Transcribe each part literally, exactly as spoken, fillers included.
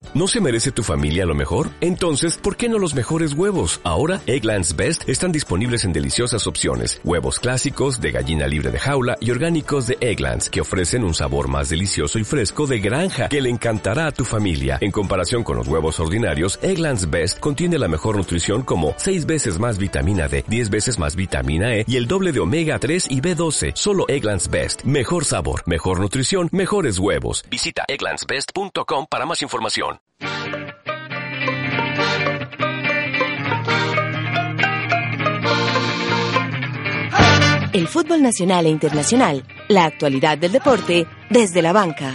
¿No se merece tu familia lo mejor? Entonces, ¿por qué no los mejores huevos? Ahora, Eggland's Best están disponibles en deliciosas opciones. Huevos clásicos, de gallina libre de jaula y orgánicos de Eggland's, que ofrecen un sabor más delicioso y fresco de granja que le encantará a tu familia. En comparación con los huevos ordinarios, Eggland's Best contiene la mejor nutrición como seis veces más vitamina D, diez veces más vitamina E y el doble de omega tres y B doce. Solo Eggland's Best. Mejor sabor, mejor nutrición, mejores huevos. Visita egglands best punto com para más información. El fútbol nacional e internacional, la actualidad del deporte desde la banca.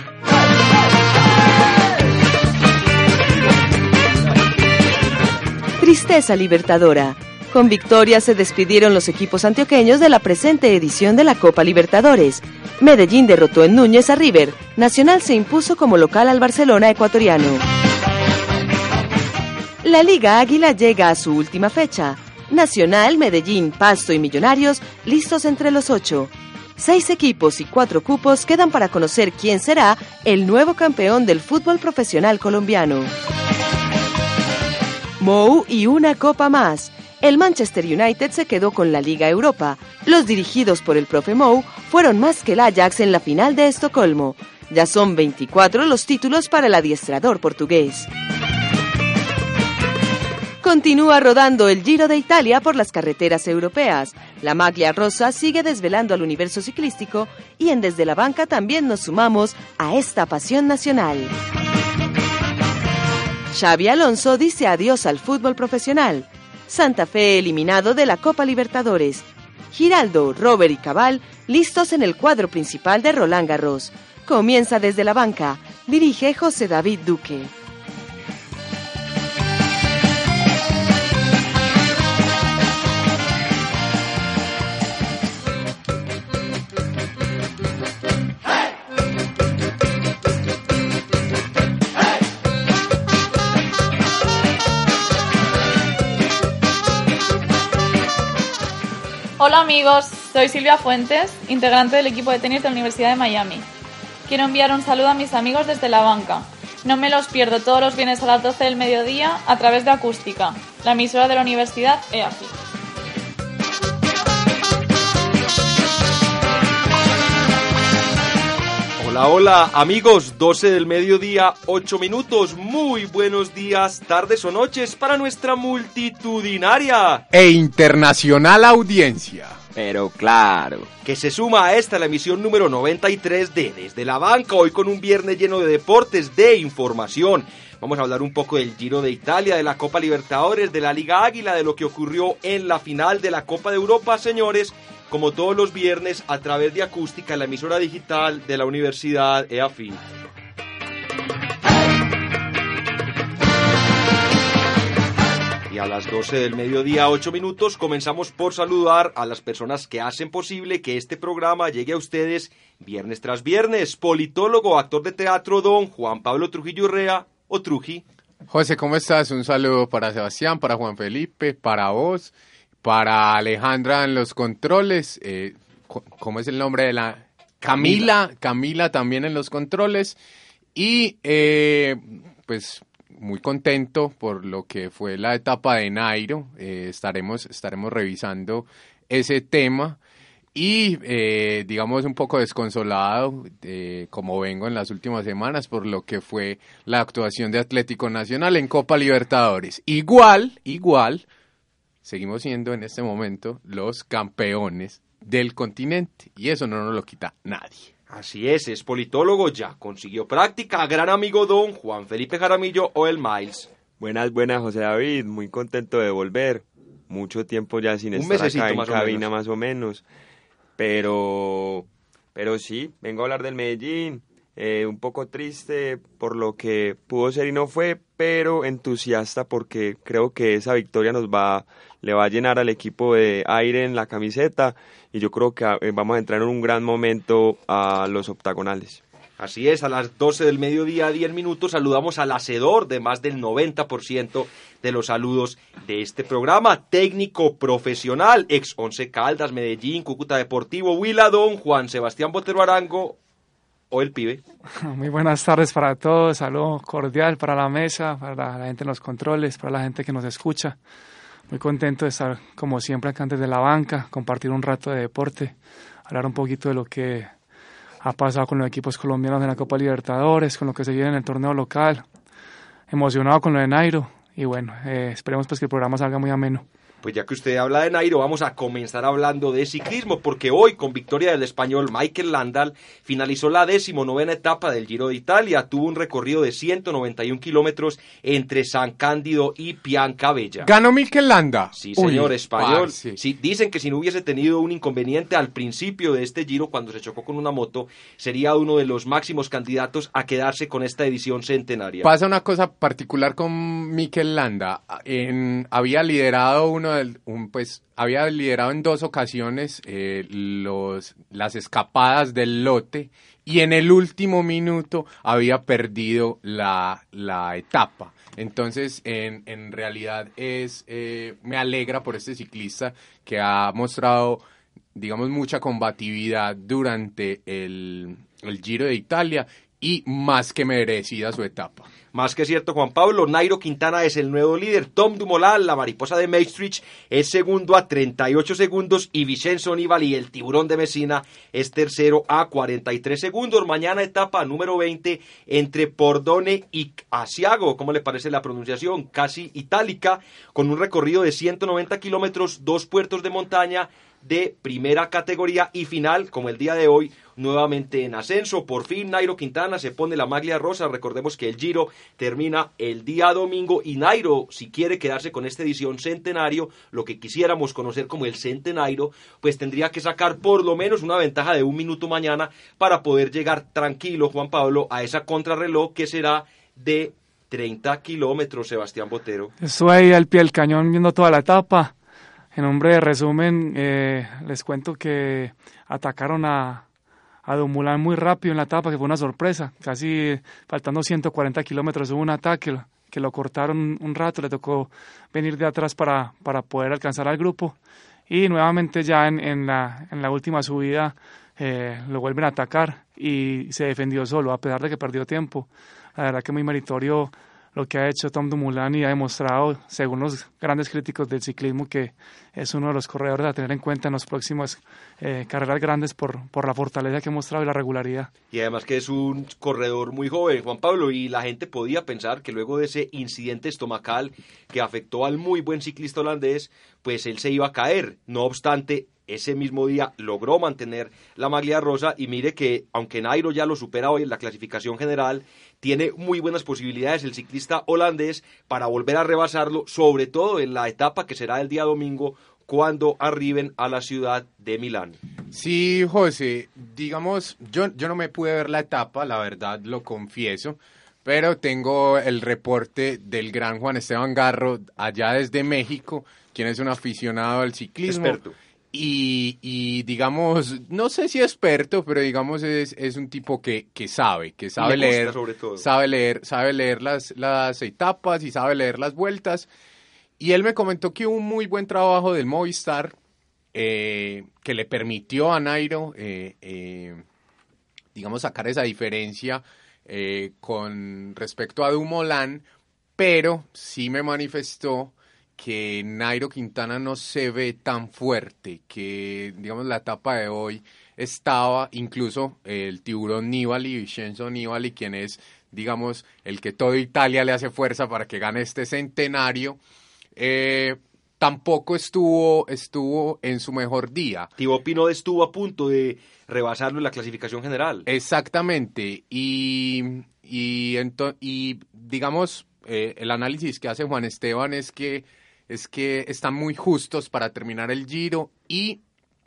Tristeza libertadora. Con victoria se despidieron los equipos antioqueños de la presente edición de la Copa Libertadores. Medellín derrotó en Núñez a River. Nacional se impuso como local al Barcelona ecuatoriano. La Liga Águila llega a su última fecha. Nacional, Medellín, Pasto y Millonarios listos entre los ocho. Seis equipos y cuatro cupos quedan para conocer quién será el nuevo campeón del fútbol profesional colombiano. Mou y una copa más. El Manchester United se quedó con la Liga Europa. Los dirigidos por el profe Mou fueron más que el Ajax en la final de Estocolmo. Ya son veinticuatro los títulos para el adiestrador portugués. Continúa rodando el Giro de Italia por las carreteras europeas. La maglia rosa sigue desvelando al universo ciclístico y en Desde la Banca también nos sumamos a esta pasión nacional. Xabi Alonso dice adiós al fútbol profesional. Santa Fe eliminado de la Copa Libertadores. Giraldo, Robert y Cabal listos en el cuadro principal de Roland Garros. Comienza Desde la Banca. Dirige José David Duque. Hola amigos, soy Silvia Fuentes, integrante del equipo de tenis de la Universidad de Miami. Quiero enviar un saludo a mis amigos desde la banca. No me los pierdo todos los viernes a las doce del mediodía a través de Acústica, la emisora de la Universidad E A F I. Hola, hola amigos, doce del mediodía, ocho minutos, muy buenos días, tardes o noches para nuestra multitudinaria e internacional audiencia. Pero claro, que se suma a esta la emisión número noventa y tres de Desde la Banca, hoy con un viernes lleno de deportes, de información. Vamos a hablar un poco del Giro de Italia, de la Copa Libertadores, de la Liga Águila, de lo que ocurrió en la final de la Copa de Europa, señores. Como todos los viernes, a través de Acústica, la emisora digital de la Universidad E A F I. Y a las doce del mediodía, ocho minutos, comenzamos por saludar a las personas que hacen posible que este programa llegue a ustedes viernes tras viernes. Politólogo, actor de teatro, don Juan Pablo Trujillo Urrea, o Truji. José, ¿cómo estás? Un saludo para Sebastián, para Juan Felipe, para vos, para Alejandra en los controles, eh, ¿cómo es el nombre de la? Camila, Camila también en los controles, y eh, pues muy contento por lo que fue la etapa de Nairo, eh, estaremos, estaremos revisando ese tema, y eh, digamos un poco desconsolado, eh, como vengo en las últimas semanas, por lo que fue la actuación de Atlético Nacional en Copa Libertadores. Igual, igual, seguimos siendo en este momento los campeones del continente y eso no nos lo quita nadie. Así es, es politólogo, ya consiguió práctica, gran amigo don Juan Felipe Jaramillo o el Miles. Buenas, buenas José David, muy contento de volver, mucho tiempo ya sin estar acá en cabina más o menos, pero, pero sí, vengo a hablar del Medellín. Eh, un poco triste por lo que pudo ser y no fue, pero entusiasta porque creo que esa victoria nos va, le va a llenar al equipo de aire en la camiseta y yo creo que eh, vamos a entrar en un gran momento a los octagonales. Así es, a las doce del mediodía, diez minutos, saludamos al hacedor de más del noventa por ciento de los saludos de este programa, técnico profesional, ex Once Caldas, Medellín, Cúcuta Deportivo, Huila, don Juan Sebastián Botero Arango, o el pibe. Muy buenas tardes para todos, saludo cordial para la mesa, para la gente en los controles, para la gente que nos escucha. Muy contento de estar como siempre acá desde la banca, compartir un rato de deporte, hablar un poquito de lo que ha pasado con los equipos colombianos en la Copa Libertadores, con lo que se viene en el torneo local, emocionado con lo de Nairo y bueno, eh, esperemos pues que el programa salga muy ameno. Pues ya que usted habla de Nairo, vamos a comenzar hablando de ciclismo, porque hoy, con victoria del español Mikel Landal, finalizó la decimonovena etapa del Giro de Italia. Tuvo un recorrido de ciento noventa y un kilómetros entre San Cándido y Piancabella. ¿Ganó Mikel Landa? Sí, señor, Uy, español. parce. Sí, dicen que si no hubiese tenido un inconveniente al principio de este Giro, cuando se chocó con una moto, sería uno de los máximos candidatos a quedarse con esta edición centenaria. Pasa una cosa particular con Mikel Landa. En, había liderado uno del, un, pues, había liderado en dos ocasiones eh, los, las escapadas del lote y en el último minuto había perdido la, la etapa. Entonces, en, en realidad es eh, me alegra por este ciclista que ha mostrado, digamos, mucha combatividad durante el, el Giro de Italia y más que merecida su etapa. Más que cierto, Juan Pablo, Nairo Quintana es el nuevo líder, Tom Dumoulin, la mariposa de Maastricht, es segundo a treinta y ocho segundos y Vincenzo Nibali, el tiburón de Messina, es tercero a cuarenta y tres segundos. Mañana etapa número veinte entre Pordone y Asiago, ¿cómo le parece la pronunciación? Casi itálica, con un recorrido de ciento noventa kilómetros, dos puertos de montaña de primera categoría y final, como el día de hoy, nuevamente en ascenso. Por fin Nairo Quintana se pone la maglia rosa. Recordemos que el Giro termina el día domingo y Nairo, si quiere quedarse con esta edición centenario, lo que quisiéramos conocer como el centenario, pues tendría que sacar por lo menos una ventaja de un minuto mañana para poder llegar tranquilo, Juan Pablo, a esa contrarreloj que será de treinta kilómetros, Sebastián Botero. Estuve ahí al pie del cañón viendo toda la etapa. En un breve resumen, eh, les cuento que atacaron a, a Dumoulin muy rápido en la etapa, que fue una sorpresa. Casi faltando ciento cuarenta kilómetros hubo un ataque que lo cortaron un rato, le tocó venir de atrás para, para poder alcanzar al grupo. Y nuevamente ya en, en, la, en la última subida eh, lo vuelven a atacar y se defendió solo, a pesar de que perdió tiempo. La verdad que muy meritorio lo que ha hecho Tom Dumoulin y ha demostrado, según los grandes críticos del ciclismo, que es uno de los corredores a tener en cuenta en las próximas eh, carreras grandes por, por la fortaleza que ha mostrado y la regularidad. Y además que es un corredor muy joven, Juan Pablo, y la gente podía pensar que luego de ese incidente estomacal que afectó al muy buen ciclista holandés, pues él se iba a caer. No obstante, ese mismo día logró mantener la maglia rosa y mire que, aunque Nairo ya lo supera hoy en la clasificación general, tiene muy buenas posibilidades el ciclista holandés para volver a rebasarlo, sobre todo en la etapa que será el día domingo cuando arriben a la ciudad de Milán. Sí, José, digamos, yo, yo no me pude ver la etapa, la verdad lo confieso, pero tengo el reporte del gran Juan Esteban Garro allá desde México, quien es un aficionado al ciclismo. Experto. Y, y digamos, no sé si experto, pero digamos es, es un tipo que, que sabe, que sabe leer, sobre todo. sabe leer, sabe leer las, las etapas y sabe leer las vueltas. Y él me comentó que hubo un muy buen trabajo del Movistar eh, que le permitió a Nairo, eh, eh, digamos, sacar esa diferencia eh, con respecto a Dumoulin, pero sí me manifestó que Nairo Quintana no se ve tan fuerte, que digamos la etapa de hoy estaba incluso el tiburón Nibali, Vincenzo Nibali, quien es digamos el que toda Italia le hace fuerza para que gane este centenario, eh, tampoco estuvo estuvo en su mejor día. Thibaut Pinot estuvo a punto de rebasarlo en la clasificación general. Exactamente, y, y, ento- y digamos eh, el análisis que hace Juan Esteban es que es que están muy justos para terminar el Giro y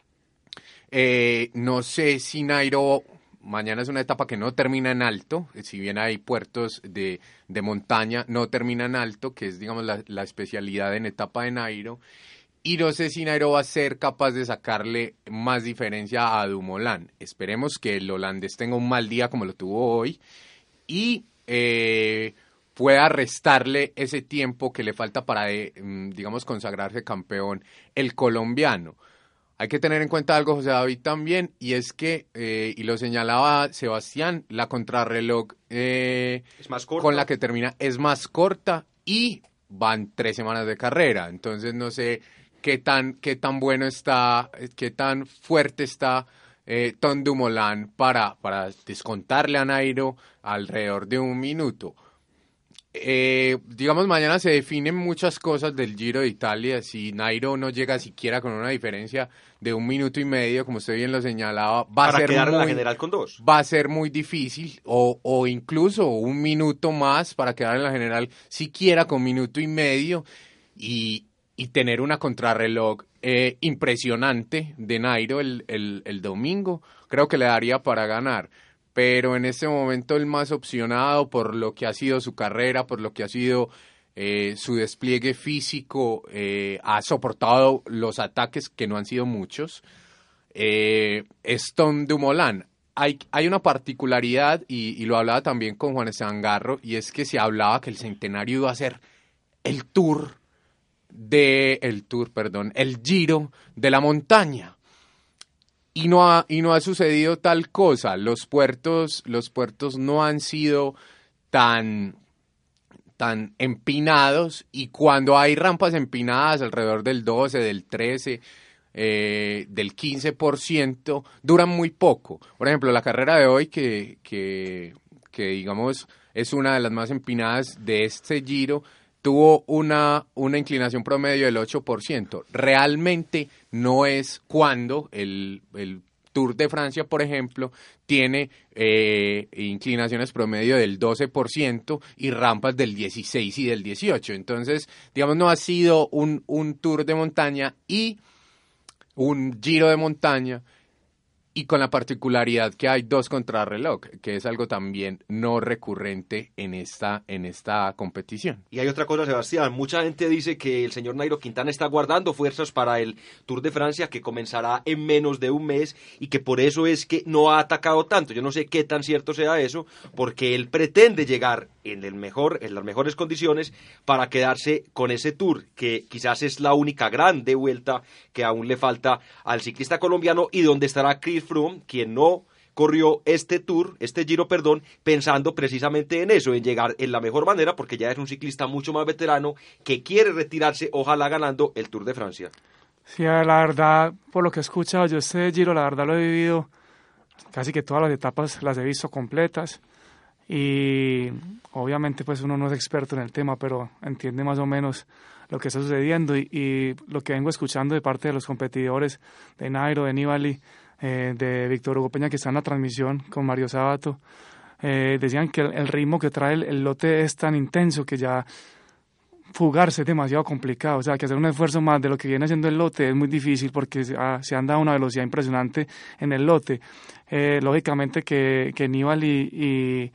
eh, no sé si Nairo, mañana es una etapa que no termina en alto, si bien hay puertos de, de montaña, no termina en alto, que es digamos la, la especialidad en etapa de Nairo, y no sé si Nairo va a ser capaz de sacarle más diferencia a Dumoulin. Esperemos que el holandés tenga un mal día como lo tuvo hoy y eh, pueda restarle ese tiempo que le falta para, eh, digamos, consagrarse campeón el colombiano. hay que tener en cuenta algo, José David, también, y es que, eh, y lo señalaba Sebastián, la contrarreloj eh, es más corta. Con la que termina es más corta y van tres semanas de carrera. Entonces no sé qué tan, qué tan bueno está, qué tan fuerte está eh, Tom Dumoulin para, para descontarle a Nairo alrededor de un minuto. Eh, digamos, mañana se definen muchas cosas del Giro de Italia. Si Nairo no llega siquiera con una diferencia de un minuto y medio, como usted bien lo señalaba, va Para a ser quedar muy, en la general con dos. Va a ser muy difícil, o, o incluso un minuto más para quedar en la general, siquiera con minuto y medio, y, y tener una contrarreloj eh, impresionante de Nairo el, el, el domingo. Creo que le daría para ganar. Pero en este momento el más opcionado por lo que ha sido su carrera, por lo que ha sido eh, su despliegue físico, eh, ha soportado los ataques que no han sido muchos, eh, es Tom Dumoulin. Hay, hay una particularidad, y, y lo hablaba también con Juan Esteban Garro, y es que se hablaba que el Centenario iba a ser el Tour de, el Tour, perdón, el Giro de la montaña. Y no ha, y no ha sucedido tal cosa. Los puertos, los puertos no han sido tan, tan empinados, y cuando hay rampas empinadas alrededor del doce, del trece, eh, del quince por ciento, duran muy poco. Por ejemplo, la carrera de hoy, que, que, que digamos es una de las más empinadas de este Giro, tuvo una, una inclinación promedio del ocho por ciento. Realmente no es cuando el, el Tour de Francia, por ejemplo, tiene eh, inclinaciones promedio del doce por ciento y rampas del dieciséis y del dieciocho. Entonces, digamos, no ha sido un, un Tour de montaña y un Giro de montaña, y con la particularidad que hay dos contrarreloj, que es algo también no recurrente en esta, en esta competición. Y hay otra cosa, Sebastián, mucha gente dice que el señor Nairo Quintana está guardando fuerzas para el Tour de Francia, que comenzará en menos de un mes, y que por eso es que no ha atacado tanto. Yo no sé qué tan cierto sea eso, porque él pretende llegar en el mejor, en las mejores condiciones para quedarse con ese Tour, que quizás es la única grande vuelta que aún le falta al ciclista colombiano, y donde estará Chris Froome, quien no corrió este Tour, este Giro, perdón, pensando precisamente en eso, en llegar en la mejor manera, porque ya es un ciclista mucho más veterano que quiere retirarse, ojalá ganando el Tour de Francia. Sí, la verdad, por lo que he escuchado, yo este Giro, la verdad lo he vivido, casi que todas las etapas las he visto completas, y obviamente pues uno no es experto en el tema, pero entiende más o menos lo que está sucediendo, y, y lo que vengo escuchando de parte de los competidores, de Nairo, de Nibali, Eh, de Víctor Hugo Peña, que está en la transmisión con Mario Sabato, eh, decían que el, el ritmo que trae el, el lote es tan intenso que ya fugarse es demasiado complicado, o sea, que hacer un esfuerzo más de lo que viene haciendo el lote es muy difícil, porque se, ah, se anda a una velocidad impresionante en el lote. Eh, lógicamente que, que Nibali y,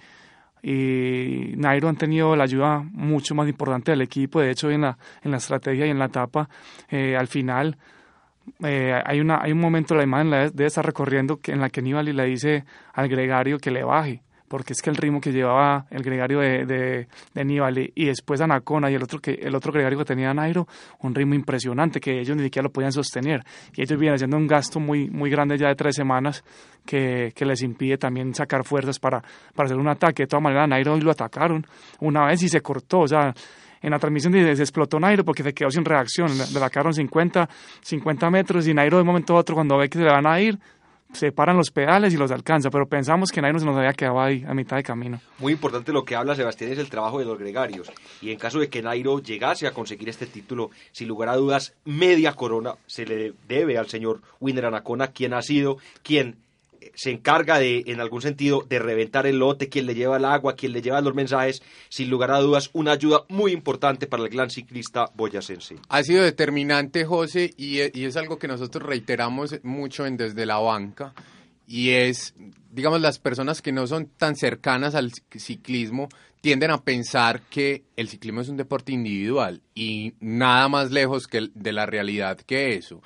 y Nairo han tenido la ayuda mucho más importante del equipo. De hecho, en la, en la estrategia y en la etapa, eh, al final, Eh, hay una hay un momento, la imagen la debe estar recorriendo, que en la que Nibali le dice al gregario que le baje, porque es que el ritmo que llevaba el gregario de, de, de Nibali, y después Anacona y el otro que el otro gregario que tenía Nairo, un ritmo impresionante que ellos ni siquiera lo podían sostener, y ellos vienen haciendo un gasto muy muy grande ya de tres semanas que, que les impide también sacar fuerzas para, para hacer un ataque. De todas maneras, Nairo hoy lo atacaron una vez y se cortó, o sea, en la transmisión se explotó Nairo porque se quedó sin reacción, le sacaron cincuenta, cincuenta metros, y Nairo de un momento a otro, cuando ve que se le van a ir, se paran los pedales y los alcanza, pero pensamos que Nairo se nos había quedado ahí a mitad de camino. Muy importante lo que habla Sebastián, es el trabajo de los gregarios, y en caso de que Nairo llegase a conseguir este título, sin lugar a dudas, media corona se le debe al señor Winner Anacona, quien ha sido quien se encarga de, en algún sentido, de reventar el lote, quien le lleva el agua, quien le lleva los mensajes, sin lugar a dudas, una ayuda muy importante para el gran ciclista boyacense. Ha sido determinante, José, y, y es algo que nosotros reiteramos mucho en Desde la Banca, y es, digamos, las personas que no son tan cercanas al ciclismo tienden a pensar que el ciclismo es un deporte individual, y nada más lejos que de la realidad que eso.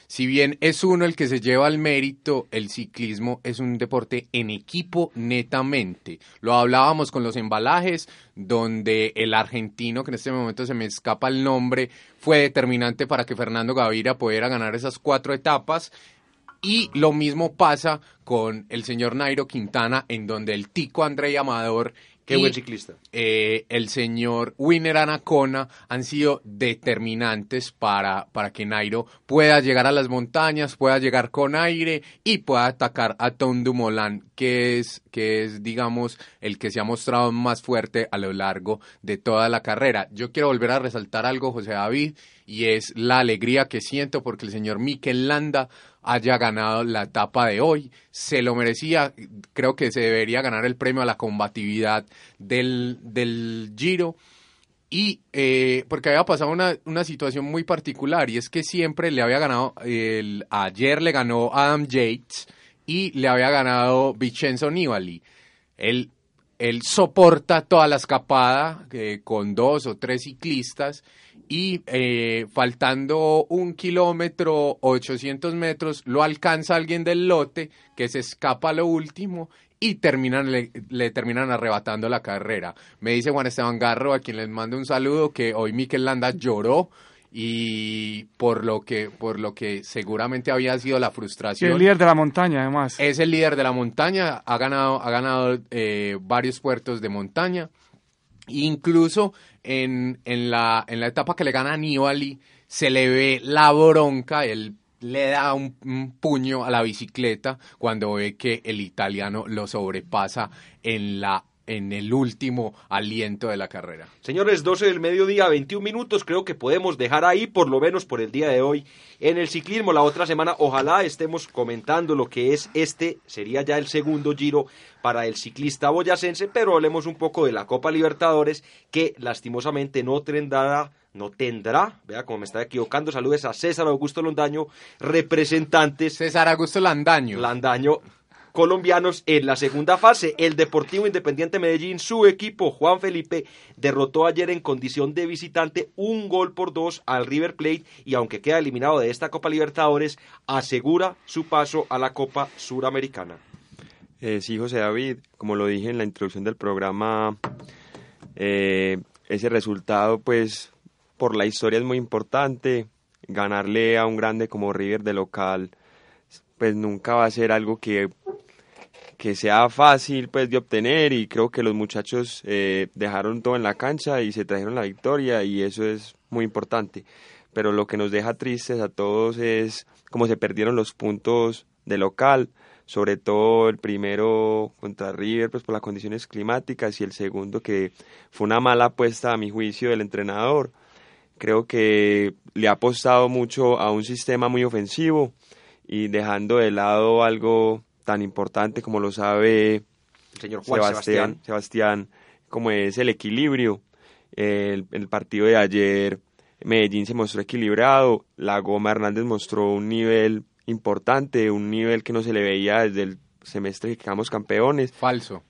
si bien es uno el que se lleva el mérito, el ciclismo es un deporte en equipo netamente. Lo hablábamos con los embalajes, donde el argentino, que en este momento se me escapa el nombre, fue determinante para que Fernando Gaviria pudiera ganar esas cuatro etapas. Y lo mismo pasa con el señor Nairo Quintana, en donde el tico Andrei Amador Qué y, buen ciclista. Eh, el señor Winner Anacona han sido determinantes para, para que Nairo pueda llegar a las montañas, pueda llegar con aire y pueda atacar a Tom Dumoulin, que es, que es, digamos, el que se ha mostrado más fuerte a lo largo de toda la carrera. Yo quiero volver a resaltar algo, José David, y es la alegría que siento porque el señor Mikel Landa haya ganado la etapa de hoy. Se lo merecía, creo que se debería ganar el premio a la combatividad del, del Giro, y eh, porque había pasado una, una situación muy particular, y es que siempre le había ganado, el, ayer le ganó Adam Yates y le había ganado Vincenzo Nibali. Él, él soporta toda la escapada eh, con dos o tres ciclistas, y eh, faltando un kilómetro, ochocientos metros, lo alcanza alguien del lote que se escapa a lo último y terminan le, le terminan arrebatando la carrera. Me dice Juan Esteban Garro, a quien les mando un saludo, que hoy Mikel Landa lloró, y por lo que por lo que seguramente había sido la frustración. Y el líder de la montaña, además. Es el líder de la montaña, ha ganado ha ganado eh, varios puertos de montaña. Incluso en, en, la, en la etapa que le gana a Nibali, se le ve la bronca, él le da un, un puño a la bicicleta cuando ve que el italiano lo sobrepasa en la en el último aliento de la carrera. Señores, doce del mediodía, veintiún minutos, creo que podemos dejar ahí, por lo menos por el día de hoy, en el ciclismo. La otra semana, ojalá estemos comentando lo que es este, sería ya el segundo Giro para el ciclista boyacense, pero hablemos un poco de la Copa Libertadores, que lastimosamente no tendrá, no tendrá, vea cómo me está equivocando, saludes a César Augusto Londaño, representantes. César Augusto Landaño. Landaño. Colombianos en la segunda fase. El Deportivo Independiente Medellín, su equipo, Juan Felipe, derrotó ayer en condición de visitante un gol por dos al River Plate, y aunque queda eliminado de esta Copa Libertadores, asegura su paso a la Copa Suramericana. Eh, sí, José David, como lo dije en la introducción del programa, eh, ese resultado, pues, por la historia es muy importante. Ganarle a un grande como River de local, pues nunca va a ser algo que que sea fácil pues de obtener, y creo que los muchachos eh, dejaron todo en la cancha y se trajeron la victoria, y eso es muy importante. Pero lo que nos deja tristes a todos es cómo se perdieron los puntos de local, sobre todo el primero contra River pues por las condiciones climáticas, y el segundo que fue una mala apuesta a mi juicio del entrenador. Creo que le ha apostado mucho a un sistema muy ofensivo y dejando de lado algo tan importante como lo sabe el señor Juan Sebastián, Sebastián, Sebastián, como es el equilibrio. El, el partido de ayer, Medellín se mostró equilibrado, la Goma Hernández mostró un nivel importante, un nivel que no se le veía desde el semestre que quedamos campeones. Falso.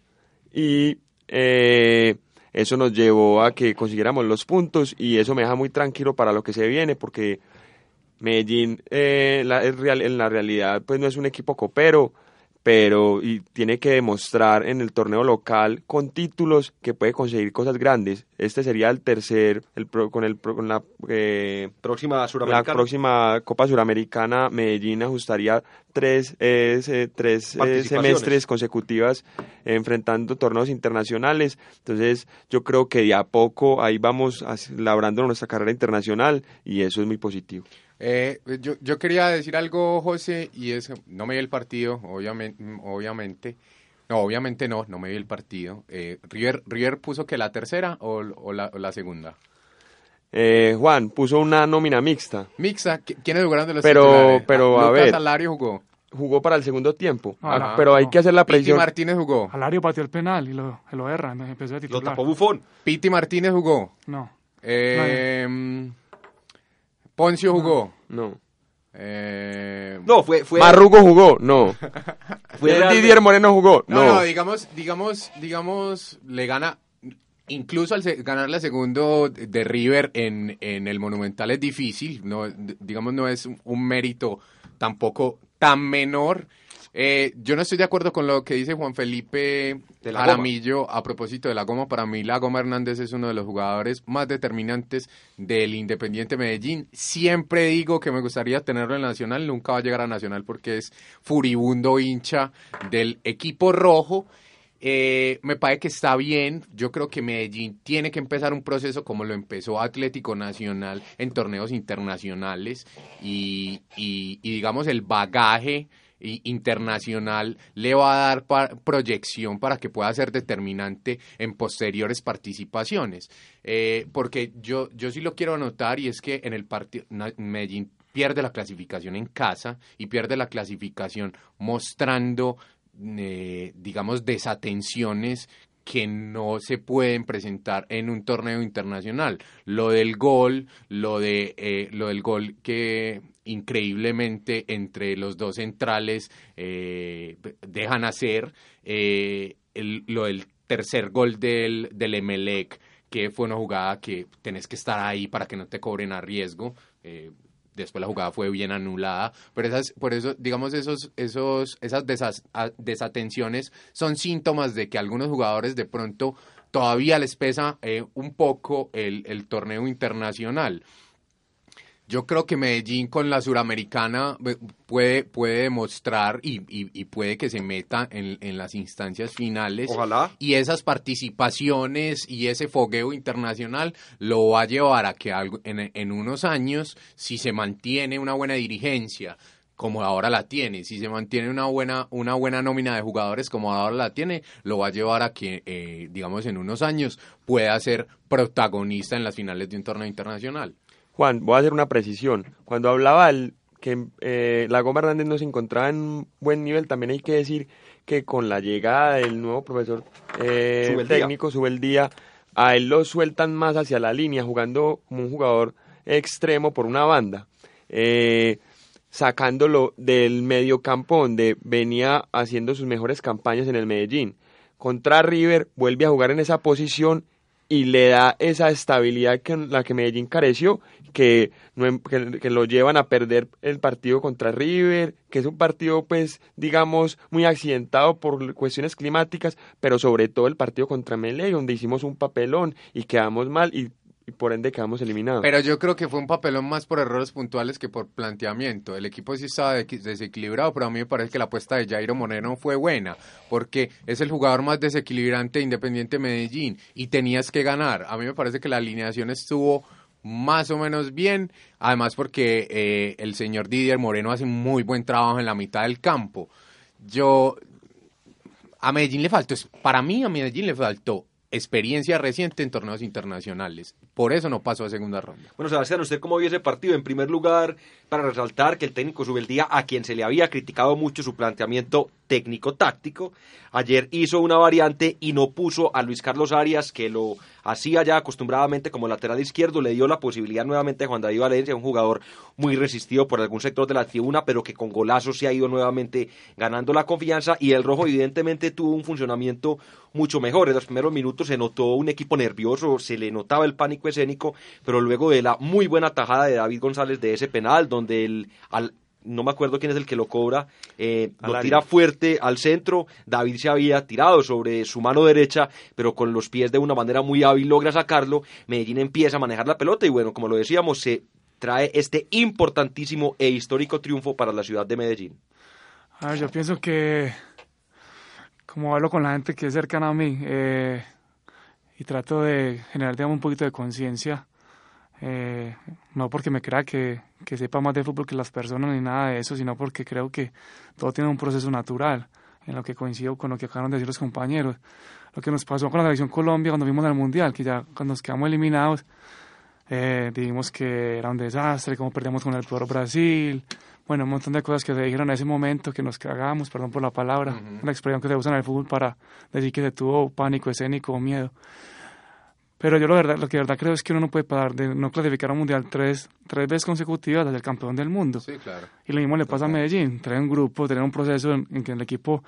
Y eh, eso nos llevó a que consiguiéramos los puntos, y eso me deja muy tranquilo para lo que se viene, porque Medellín eh, la, en la realidad pues no es un equipo copero, pero y tiene que demostrar en el torneo local con títulos que puede conseguir cosas grandes. Este sería el tercer, el pro, con, el, con la, eh, próxima la próxima Copa Suramericana, Medellín ajustaría tres, eh, tres eh, semestres consecutivas eh, enfrentando torneos internacionales. Entonces yo creo que de a poco ahí vamos labrando nuestra carrera internacional, y eso es muy positivo. Eh, yo, yo quería decir algo, José, y es, no me vi el partido, obviamente, obviamente, no, obviamente no, no me vi el partido. Eh, River, River puso que la tercera o, o, la, o la segunda. Eh, Juan puso una nómina mixta. Mixta, ¿quiénes jugaron de los pero, titulares? Pero, ah, a Lucas ver. Alario jugó. Jugó para el segundo tiempo, Ajá, pero hay no. que hacer la Piti precisión. Martínez jugó. Alario pateó el penal y lo, lo erra, ¿no? Empezó a titular. Lo tapó Buffon. Piti Martínez jugó. No. Eh, no. Poncio jugó. No. Eh... No, fue, fue... Marrugo jugó, no. Fue Didier Moreno jugó, no. no. No, digamos, digamos, digamos, le gana... incluso al se- ganar la segundo de River en, en el Monumental es difícil, no, digamos no es un, un mérito tampoco tan menor. Eh, yo no estoy de acuerdo con lo que dice Juan Felipe Jaramillo a propósito de la Goma. Para mí la Goma Hernández es uno de los jugadores más determinantes del Independiente Medellín. Siempre digo que me gustaría tenerlo en Nacional, nunca va a llegar a Nacional porque es furibundo hincha del equipo rojo. Eh, me parece que está bien. Yo creo que Medellín tiene que empezar un proceso como lo empezó Atlético Nacional en torneos internacionales y, y, y digamos el bagaje internacional le va a dar pa- proyección para que pueda ser determinante en posteriores participaciones, eh, porque yo, yo sí lo quiero anotar, y es que en el partido Medellín pierde la clasificación en casa y pierde la clasificación mostrando eh, digamos desatenciones que no se pueden presentar en un torneo internacional. Lo del gol, lo de eh, lo del gol que increíblemente entre los dos centrales eh, dejan hacer, eh, el, lo del tercer gol del, del Emelec, que fue una jugada que tenés que estar ahí para que no te cobren a riesgo. eh, Después la jugada fue bien anulada, pero esas, por eso, digamos, esos, esos, esas desas, desatenciones son síntomas de que a algunos jugadores de pronto todavía les pesa eh, un poco el, el torneo internacional. Yo creo que Medellín con la Suramericana puede, puede demostrar y, y, y puede que se meta en, en las instancias finales. Ojalá. Y esas participaciones y ese fogueo internacional lo va a llevar a que algo, en, en unos años, si se mantiene una buena dirigencia, como ahora la tiene, si se mantiene una buena una buena nómina de jugadores como ahora la tiene, lo va a llevar a que, eh, digamos, en unos años pueda ser protagonista en las finales de un torneo internacional. Juan, voy a hacer una precisión. Cuando hablaba el, que eh, la Goma Hernández no se encontraba en buen nivel, también hay que decir que con la llegada del nuevo profesor eh, técnico, Subeldía, a él lo sueltan más hacia la línea, jugando como un jugador extremo por una banda, eh, sacándolo del medio campo donde venía haciendo sus mejores campañas en el Medellín. Contra River vuelve a jugar en esa posición y le da esa estabilidad que la que Medellín careció, que, no, que, que lo llevan a perder el partido contra River, que es un partido, pues, digamos, muy accidentado por cuestiones climáticas, pero sobre todo el partido contra Melec, donde hicimos un papelón y quedamos mal y, y por ende quedamos eliminados. Pero yo creo que fue un papelón más por errores puntuales que por planteamiento. El equipo sí estaba desequilibrado, pero a mí me parece que la apuesta de Jairo Moreno fue buena, porque es el jugador más desequilibrante de Independiente Medellín y tenías que ganar. A mí me parece que la alineación estuvo más o menos bien, además porque eh, el señor Didier Moreno hace un muy buen trabajo en la mitad del campo. Yo, a Medellín le faltó, para mí a Medellín le faltó experiencia reciente en torneos internacionales. Por eso no pasó a segunda ronda. Bueno, Sebastián, ¿usted cómo vio ese partido? En primer lugar, para resaltar que el técnico Subeldía, a quien se le había criticado mucho su planteamiento técnico-táctico, ayer hizo una variante y no puso a Luis Carlos Arias, que lo hacía ya acostumbradamente como lateral izquierdo, le dio la posibilidad nuevamente a Juan David Valencia, un jugador muy resistido por algún sector de la tribuna, pero que con golazos se ha ido nuevamente ganando la confianza, y el rojo evidentemente tuvo un funcionamiento mucho mejor. En los primeros minutos se notó un equipo nervioso, se le notaba el pánico escénico, pero luego de la muy buena tajada de David González de ese penal, donde el al no me acuerdo quién es el que lo cobra, eh, lo tira fuerte al centro. David se había tirado sobre su mano derecha, pero con los pies de una manera muy hábil logra sacarlo. Medellín empieza a manejar la pelota y bueno, como lo decíamos, se trae este importantísimo e histórico triunfo para la ciudad de Medellín. A ver, yo pienso que, como hablo con la gente que es cercana a mí, eh, y trato de generar, digamos, un poquito de conciencia, Eh, no porque me crea que, que sepa más de fútbol que las personas ni nada de eso, sino porque creo que todo tiene un proceso natural, en lo que coincido con lo que acabaron de decir los compañeros. Lo que nos pasó con la selección Colombia cuando fuimos al Mundial, que ya cuando nos quedamos eliminados, eh, dijimos que era un desastre, como perdíamos con el peor Brasil, bueno, un montón de cosas que se dijeron en ese momento, que nos cagamos, perdón por la palabra, uh-huh. la expresión que se usa en el fútbol para decir que se tuvo pánico escénico o miedo. Pero yo lo, verdad, lo que de verdad creo es que uno no puede parar de no clasificar a un mundial tres, tres veces consecutivas desde el campeón del mundo. Sí, claro. Y lo mismo le pasa a Medellín, tener un grupo, tener un proceso en, en que el equipo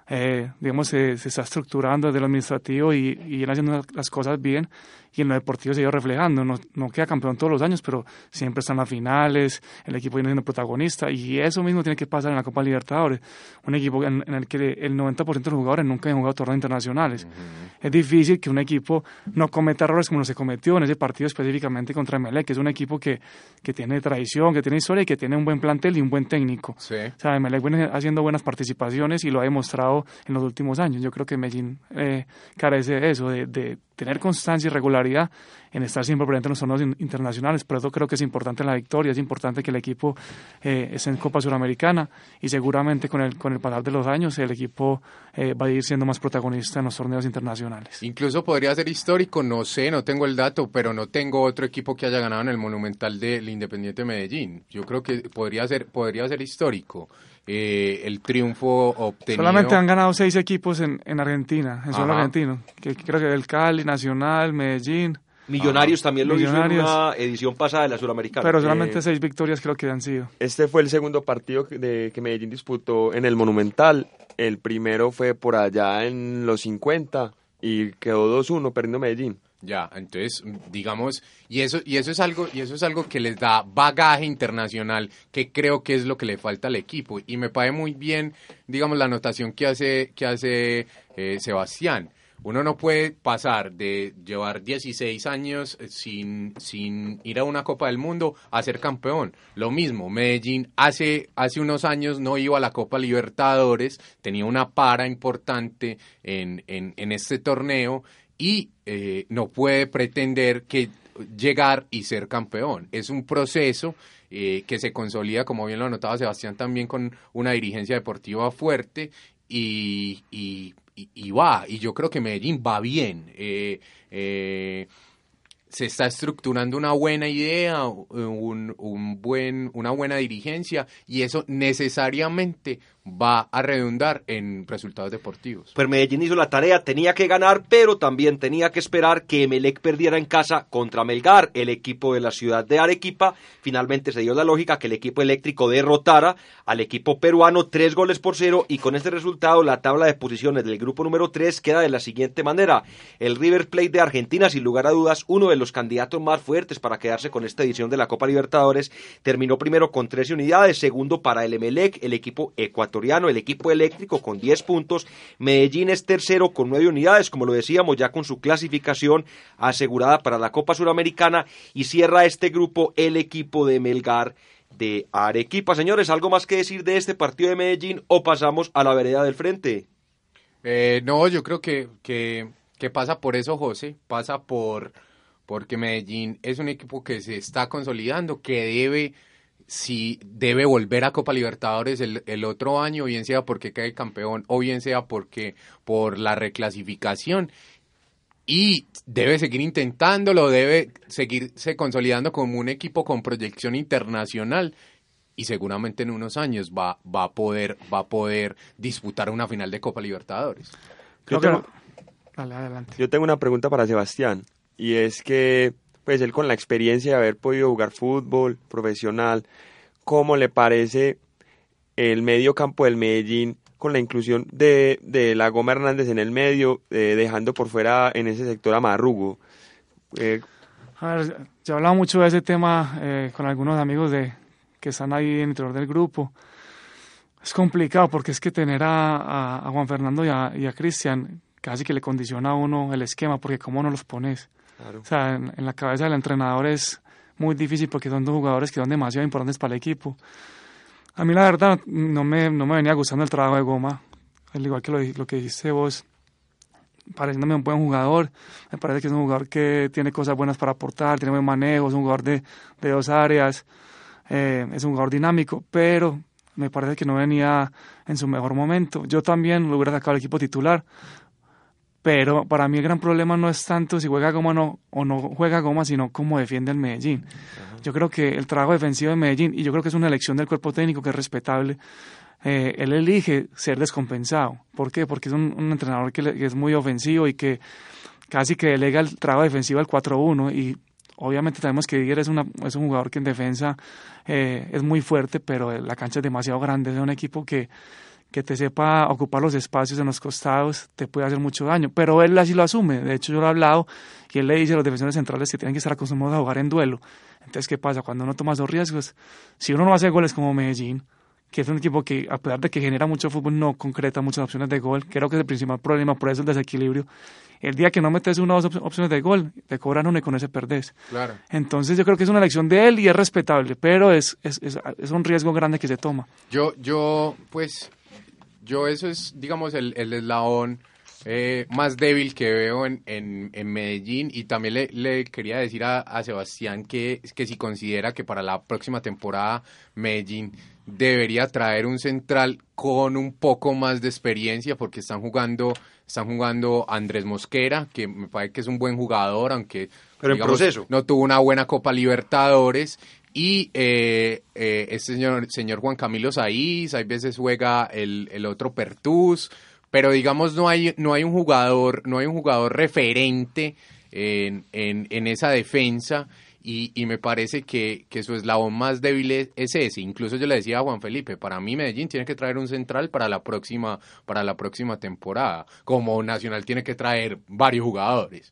eh, digamos, se, se está estructurando desde lo administrativo y, y ir haciendo las cosas bien, y en lo deportivo se ha ido reflejando. No, no queda campeón todos los años, pero siempre están las finales, el equipo viene siendo protagonista, y eso mismo tiene que pasar en la Copa Libertadores, un equipo en, en el que el noventa por ciento de los jugadores nunca han jugado torneos internacionales. Uh-huh. Es difícil que un equipo no cometa errores como se cometió en ese partido específicamente contra Emelec, que es un equipo que, que tiene tradición, que tiene historia y que tiene un buen plantel y un buen técnico. Sí. O sea, Emelec viene haciendo buenas participaciones y lo ha demostrado en los últimos años. Yo creo que Medellín eh, carece de eso, de, de tener constancia y regularidad en estar siempre presente en los torneos internacionales. Por eso creo que es importante la victoria, es importante que el equipo eh, esté en Copa Suramericana, y seguramente con el, con el pasar de los años el equipo eh, va a ir siendo más protagonista en los torneos internacionales. Incluso podría ser histórico, no sé, no tengo el dato, pero no tengo otro equipo que haya ganado en el Monumental del Independiente Medellín. Yo creo que podría ser, podría ser histórico. Eh, el triunfo obtenido. Solamente han ganado seis equipos en, en Argentina, en suelo argentino, que creo que el Cali, Nacional, Medellín. Millonarios Ajá. también lo Millonarios, hizo en una edición pasada de la Suramericana. Pero solamente eh, seis victorias creo que han sido. Este fue el segundo partido de, que Medellín disputó en el Monumental. El primero fue por allá en los cincuenta y quedó dos uno perdiendo Medellín. Ya, entonces, digamos, y eso y eso es algo y eso es algo que les da bagaje internacional, que creo que es lo que le falta al equipo, y me parece muy bien, digamos, la anotación que hace que hace eh, Sebastián. Uno no puede pasar de llevar dieciséis años sin, sin ir a una Copa del Mundo a ser campeón. Lo mismo, Medellín hace, hace unos años no iba a la Copa Libertadores, tenía una para importante en, en, en este torneo, y eh, no puede pretender que llegar y ser campeón. Es un proceso eh, que se consolida, como bien lo anotaba Sebastián, también con una dirigencia deportiva fuerte, y... y Y, y va, y yo creo que Medellín va bien, eh, eh, se está estructurando una buena idea, un, un buen, una buena dirigencia, y eso necesariamente va a redundar en resultados deportivos. Pues Medellín hizo la tarea, tenía que ganar, pero también tenía que esperar que Emelec perdiera en casa contra Melgar, el equipo de la ciudad de Arequipa. Finalmente se dio la lógica que el equipo eléctrico derrotara al equipo peruano tres goles por cero, y con este resultado la tabla de posiciones del grupo número tres queda de la siguiente manera. El River Plate de Argentina, sin lugar a dudas, uno de los candidatos más fuertes para quedarse con esta edición de la Copa Libertadores, terminó primero con trece unidades, segundo para el Emelec, el equipo ecuatoriano, el equipo eléctrico con diez puntos, Medellín es tercero con nueve unidades, como lo decíamos, ya con su clasificación asegurada para la Copa Suramericana, y cierra este grupo el equipo de Melgar de Arequipa. Señores, ¿algo más que decir de este partido de Medellín o pasamos a la vereda del frente? Eh, no, yo creo que, que, que pasa por eso, José, pasa por porque Medellín es un equipo que se está consolidando, que debe... si debe volver a Copa Libertadores el, el otro año, bien sea porque cae campeón o bien sea porque por la reclasificación, y debe seguir intentándolo, debe seguirse consolidando como un equipo con proyección internacional, y seguramente en unos años va, va a poder va a poder disputar una final de Copa Libertadores. Yo tengo, Dale, adelante. Yo tengo una pregunta para Sebastián, y es que pues él, con la experiencia de haber podido jugar fútbol profesional, ¿cómo le parece el medio campo del Medellín con la inclusión de, de la Goma Hernández en el medio, eh, dejando por fuera en ese sector a Marrugo? Eh, a ver, yo he hablado mucho de ese tema eh, con algunos amigos de que están ahí en el interior del grupo. Es complicado porque es que tener a, a, a Juan Fernando y a, y a Cristian casi que le condiciona a uno el esquema, porque ¿cómo no los pones? Claro. O sea, en, en la cabeza del entrenador es muy difícil, porque son dos jugadores que son demasiado importantes para el equipo. A mí la verdad no me, no me venía gustando el trabajo de Goma, al igual que lo, lo que dijiste vos, pareciéndome un buen jugador. Me parece que es un jugador que tiene cosas buenas para aportar, tiene buen manejo, es un jugador de, de dos áreas, eh, es un jugador dinámico, pero me parece que no venía en su mejor momento. Yo también lo hubiera sacado al equipo titular, pero para mí el gran problema no es tanto si juega Goma o no, o no juega Goma, sino cómo defiende el Medellín. Uh-huh. Yo creo que el trabajo defensivo de Medellín, y yo creo que es una elección del cuerpo técnico que es respetable, eh, él elige ser descompensado. ¿Por qué? Porque es un, un entrenador que, le, que es muy ofensivo y que casi que delega el trabajo defensivo al cuatro uno, y obviamente sabemos que Díger es, una, es un jugador que en defensa eh, es muy fuerte, pero la cancha es demasiado grande, es un equipo que que te sepa ocupar los espacios en los costados, te puede hacer mucho daño. Pero él así lo asume. De hecho, yo lo he hablado y él le dice a los defensores centrales que tienen que estar acostumbrados a jugar en duelo. Entonces, ¿qué pasa? Cuando uno toma esos riesgos, si uno no hace goles como Medellín, que es un equipo que, a pesar de que genera mucho fútbol, no concreta muchas opciones de gol, creo que es el principal problema, por eso el desequilibrio. El día que no metes una o dos opciones de gol, te cobran una y con ese perdés. Claro. Entonces yo creo que es una elección de él y es respetable, pero es, es, es, es un riesgo grande que se toma. Yo, yo pues, yo eso es, digamos, el, el eslabón eh, más débil que veo en, en, en Medellín, y también le, le quería decir a, a Sebastián que, que si considera que para la próxima temporada Medellín debería traer un central con un poco más de experiencia, porque están jugando están jugando Andrés Mosquera, que me parece que es un buen jugador, aunque pero digamos, en proceso no tuvo una buena Copa Libertadores, y eh, eh, este señor, señor Juan Camilo Saiz, hay veces juega el, el otro Pertús, pero digamos no hay no hay un jugador no hay un jugador referente en, en, en esa defensa. Y, y me parece que, que su eslabón más débil es, es ese. Incluso yo le decía a Juan Felipe, para mí Medellín tiene que traer un central para la próxima, para la próxima temporada, como Nacional tiene que traer varios jugadores.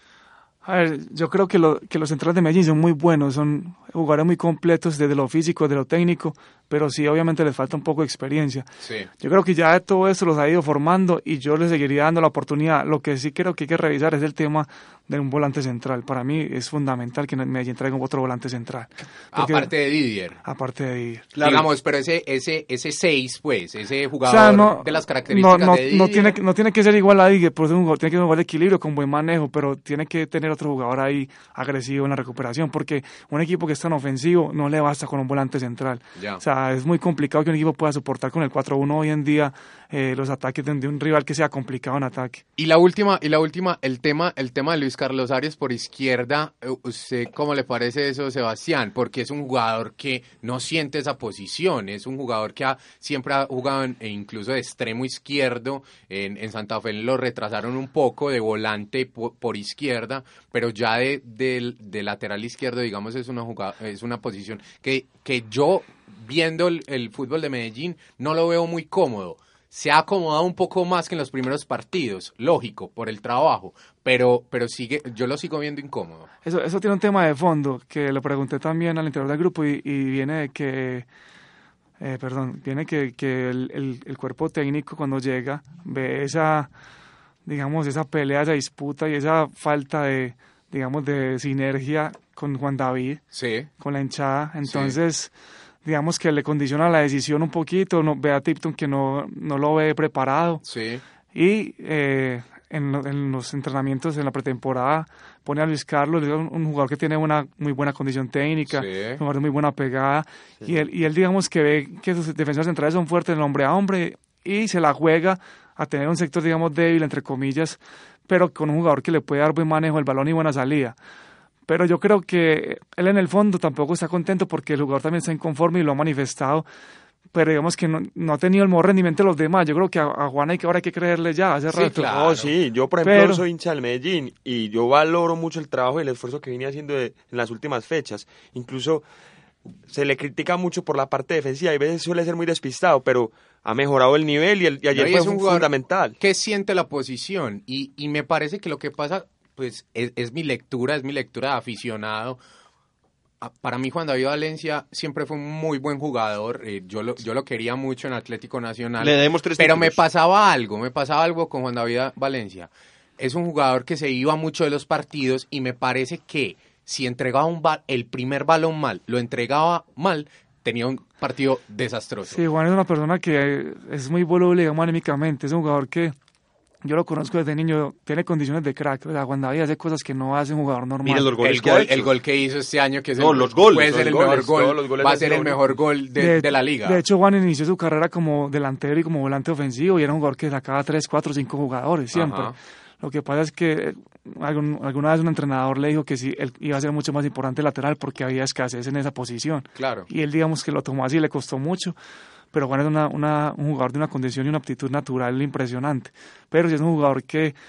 A ver, yo creo que, lo, que los centrales de Medellín son muy buenos, son jugadores muy completos desde lo físico, desde lo técnico, pero sí obviamente les falta un poco de experiencia. Sí. Yo creo que ya todo esto los ha ido formando y yo les seguiría dando la oportunidad. Lo que sí creo que hay que revisar es el tema de un volante central. Para mí es fundamental que Medellín traiga otro volante central. Porque, aparte de Didier. Aparte de Didier. Claro. Digamos, pero ese ese ese seis, pues, ese jugador, o sea, no, de las características no, no, de Didier. No tiene, no tiene que ser igual a Didier, por eso un jugador tiene que tener un jugador de equilibrio, con buen manejo, pero tiene que tener otro jugador ahí agresivo en la recuperación, porque un equipo que es tan ofensivo no le basta con un volante central. Ya. O sea, es muy complicado que un equipo pueda soportar con el cuatro uno hoy en día eh, los ataques de, de un rival que sea complicado en ataque. Y la última, y la última, el tema, el tema de Luis Carlos Arias por izquierda, ¿usted cómo le parece eso, Sebastián? Porque es un jugador que no siente esa posición, es un jugador que ha, siempre ha jugado en, e incluso de extremo izquierdo, en, en Santa Fe lo retrasaron un poco de volante por, por izquierda, pero ya de, de, de lateral izquierdo, digamos, es una jugada, es una posición que, que yo, viendo el, el fútbol de Medellín, no lo veo muy cómodo. Se ha acomodado un poco más que en los primeros partidos, lógico, por el trabajo, pero pero sigue, yo lo sigo viendo incómodo. Eso eso tiene un tema de fondo, que le pregunté también al interior del grupo y, y viene de que, eh, perdón, viene que, que el, el, el cuerpo técnico cuando llega ve esa, digamos, esa pelea, esa disputa y esa falta de, digamos, de sinergia con Juan David, sí, con la hinchada, entonces... Sí. Digamos que le condiciona la decisión un poquito, no, ve a Tipton que no, no lo ve preparado. Sí. Y eh, en, lo, en los entrenamientos, en la pretemporada, pone a Luis Carlos, un, un jugador que tiene una muy buena condición técnica, sí, un jugador de muy buena pegada. Sí. Y, él, y él, digamos, que ve que sus defensores centrales son fuertes en el hombre a hombre y se la juega a tener un sector, digamos, débil, entre comillas, pero con un jugador que le puede dar buen manejo del balón y buena salida. Pero yo creo que él en el fondo tampoco está contento porque el jugador también está inconforme y lo ha manifestado, pero digamos que no, no ha tenido el mejor rendimiento de los demás. Yo creo que a, a Juan hay que ahora hay que creerle ya, hace sí, rato. Claro. Oh, sí, yo por ejemplo pero, soy hincha del Medellín y yo valoro mucho el trabajo y el esfuerzo que viene haciendo de, en las últimas fechas. Incluso se le critica mucho por la parte defensiva, y a veces suele ser muy despistado, pero ha mejorado el nivel y, el, y ayer no, y fue un fundamental. Que siente la posición y, y me parece que lo que pasa... pues es, es mi lectura, es mi lectura de aficionado. Para mí Juan David Valencia siempre fue un muy buen jugador, eh, yo, lo, yo lo quería mucho en Atlético Nacional, Le demos tres pero títulos. me pasaba algo, me pasaba algo con Juan David Valencia. Es un jugador que se iba mucho de los partidos y me parece que si entregaba un ba- el primer balón mal, lo entregaba mal, tenía un partido desastroso. Sí, Juan es una persona que es muy voluble, digamos, anímicamente, es un jugador que yo lo conozco desde niño, tiene condiciones de crack. O sea, Juan David hace cosas que no hace un jugador normal. Mira los goles el, que gol, ha hecho. el gol que hizo este año, que es no, el, los goles, puede ser el goles, mejor gol, los goles va a ser el mejor gol de, de, de la liga. De hecho, Juan inició su carrera como delantero y como volante ofensivo y era un jugador que sacaba tres, cuatro, cinco jugadores siempre. Ajá. Lo que pasa es que algún, alguna vez un entrenador le dijo que sí, él iba a ser mucho más importante lateral porque había escasez en esa posición. Claro. Y él, digamos, que lo tomó así, le costó mucho. Pero Juan es una, una, un jugador de una condición y una aptitud natural impresionante. Pero sí es un jugador que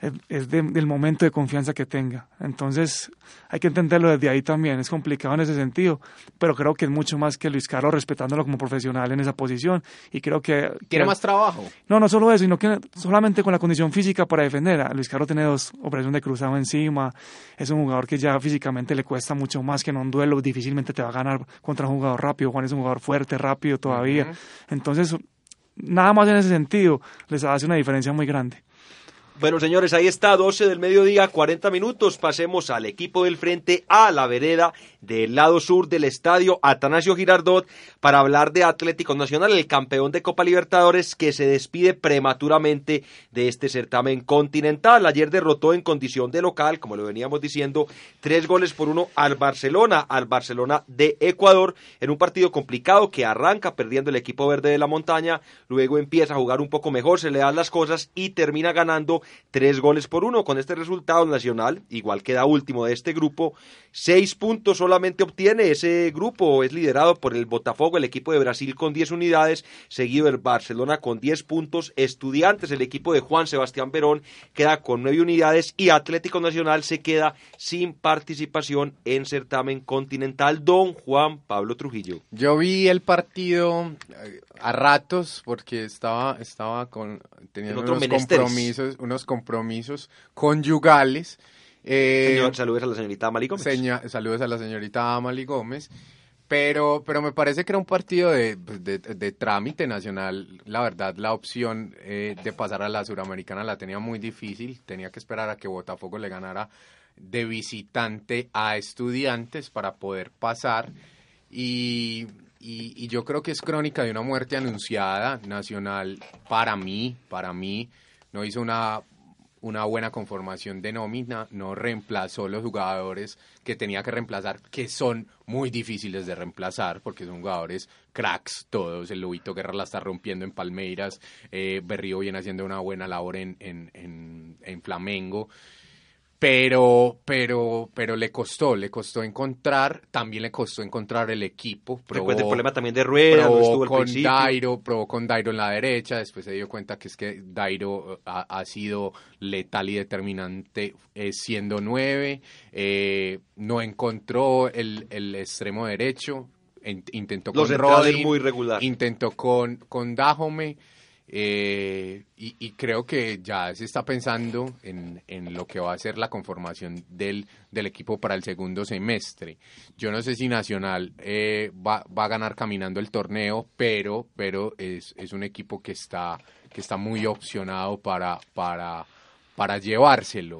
es, es de, del momento de confianza que tenga. Entonces hay que entenderlo desde ahí también, es complicado en ese sentido, pero creo que es mucho más que Luis Carlos respetándolo como profesional en esa posición, y creo que... ¿Quiere más trabajo? No, no solo eso, sino que solamente con la condición física para defender. A Luis Carlos tiene dos operaciones de cruzado encima, es un jugador que ya físicamente le cuesta mucho más, que en un duelo difícilmente te va a ganar contra un jugador rápido. Juan es un jugador fuerte, rápido todavía, uh-huh. Entonces nada más en ese sentido les hace una diferencia muy grande. Bueno, señores, ahí está, doce del mediodía, cuarenta minutos. Pasemos al equipo del frente, a la vereda del lado sur del estadio Atanasio Girardot, para hablar de Atlético Nacional, el campeón de Copa Libertadores, que se despide prematuramente de este certamen continental. Ayer derrotó en condición de local, como lo veníamos diciendo, tres goles por uno al Barcelona, al Barcelona de Ecuador, en un partido complicado que arranca perdiendo el equipo verde de la montaña, luego empieza a jugar un poco mejor, se le dan las cosas y termina ganando tres goles por uno. Con este resultado, Nacional, igual queda último de este grupo, seis puntos solamente obtiene. Ese grupo es liderado por el Botafogo, el equipo de Brasil, con diez unidades, seguido el Barcelona con diez puntos, Estudiantes, el equipo de Juan Sebastián Verón, queda con nueve unidades, y Atlético Nacional se queda sin participación en certamen continental. Don Juan Pablo Trujillo. Yo vi el partido a ratos porque estaba, estaba con, teniendo unos compromisos, unos compromisos conyugales. Eh, Señor, saludos a la señorita Amali Gómez. Seña, saludos a la señorita Amali Gómez. Pero, pero me parece que era un partido de, de, de, de trámite. Nacional. La verdad, la opción eh, de pasar a la Suramericana la tenía muy difícil. Tenía que esperar a que Botafogo le ganara de visitante a Estudiantes para poder pasar. Y, y, y yo creo que es crónica de una muerte anunciada. Nacional, para mí, para mí, no hizo una... una buena conformación de nómina, no reemplazó los jugadores que tenía que reemplazar, que son muy difíciles de reemplazar, porque son jugadores cracks todos. El Lobito Guerra la está rompiendo en Palmeiras, eh, Berrío viene haciendo una buena labor en, en, en, en Flamengo, pero, pero, pero le costó, le costó encontrar, también le costó encontrar el equipo. Probó, después del problema también de Rueda, probó no estuvo al con principio. Dairo, probó con Dairo en la derecha, después se dio cuenta que es que Dairo ha, ha sido letal y determinante eh, siendo nueve, eh, no encontró el, el extremo derecho, en, intentó Los con Rodin, muy regular. intentó con, con Dajome. Eh, y, y creo que ya se está pensando en, en lo que va a ser la conformación del, del equipo para el segundo semestre. Yo no sé si Nacional eh, va, va a ganar caminando el torneo, pero, pero es, es un equipo que está, que está muy opcionado para, para, para llevárselo.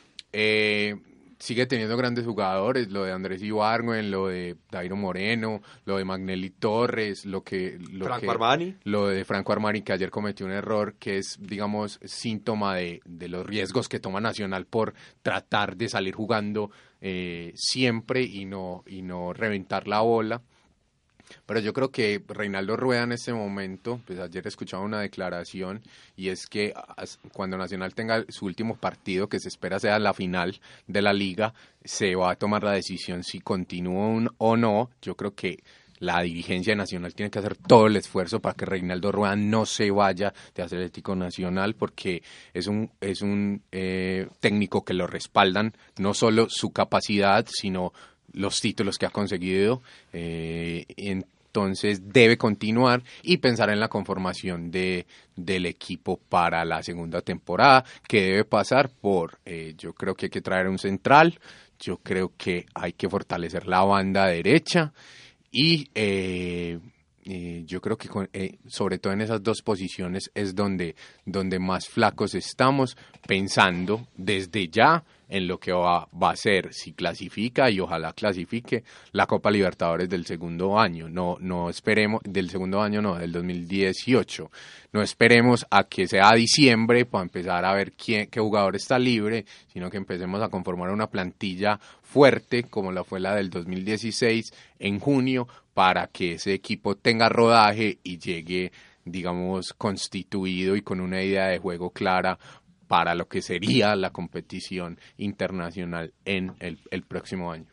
Eh, sigue teniendo grandes jugadores, lo de Andrés Ibargüen, lo de Dairo Moreno, lo de Magnelli Torres, lo que lo Franco que, Armani. lo de Franco Armani, que ayer cometió un error que es, digamos, síntoma de, de los riesgos que toma Nacional por tratar de salir jugando eh, siempre y no y no reventar la bola. Pero yo creo que Reinaldo Rueda en este momento, pues ayer escuchaba una declaración, y es que cuando Nacional tenga su último partido, que se espera sea la final de la liga, se va a tomar la decisión si continúa o no. Yo creo que la dirigencia nacional tiene que hacer todo el esfuerzo para que Reinaldo Rueda no se vaya de Atlético Nacional, porque es un es un eh, técnico que lo respaldan, no solo su capacidad, sino los títulos que ha conseguido, eh, entonces debe continuar y pensar en la conformación de del equipo para la segunda temporada, que debe pasar por, eh, yo creo que hay que traer un central, yo creo que hay que fortalecer la banda derecha y eh, eh, yo creo que con, eh, sobre todo en esas dos posiciones es donde, donde más flacos estamos, pensando desde ya en lo que va, va a ser, si clasifica, y ojalá clasifique, la Copa Libertadores del segundo año. No, no esperemos, del segundo año no, del dos mil dieciocho. No esperemos a que sea diciembre para empezar a ver quién, qué jugador está libre, sino que empecemos a conformar una plantilla fuerte, como la fue la del dos mil dieciséis, en junio, para que ese equipo tenga rodaje y llegue, digamos, constituido y con una idea de juego clara para lo que sería la competición internacional en el, el próximo año.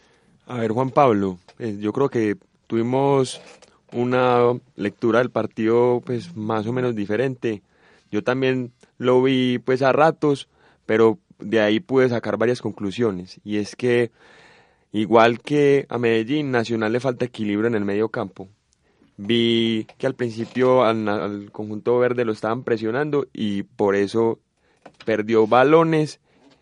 A ver, Juan Pablo, eh, yo creo que tuvimos una lectura del partido pues más o menos diferente. Yo también lo vi pues a ratos, pero de ahí pude sacar varias conclusiones, y es que igual que a Medellín, Nacional le falta equilibrio en el medio campo. Vi que al principio al, al conjunto verde lo estaban presionando y por eso perdió balones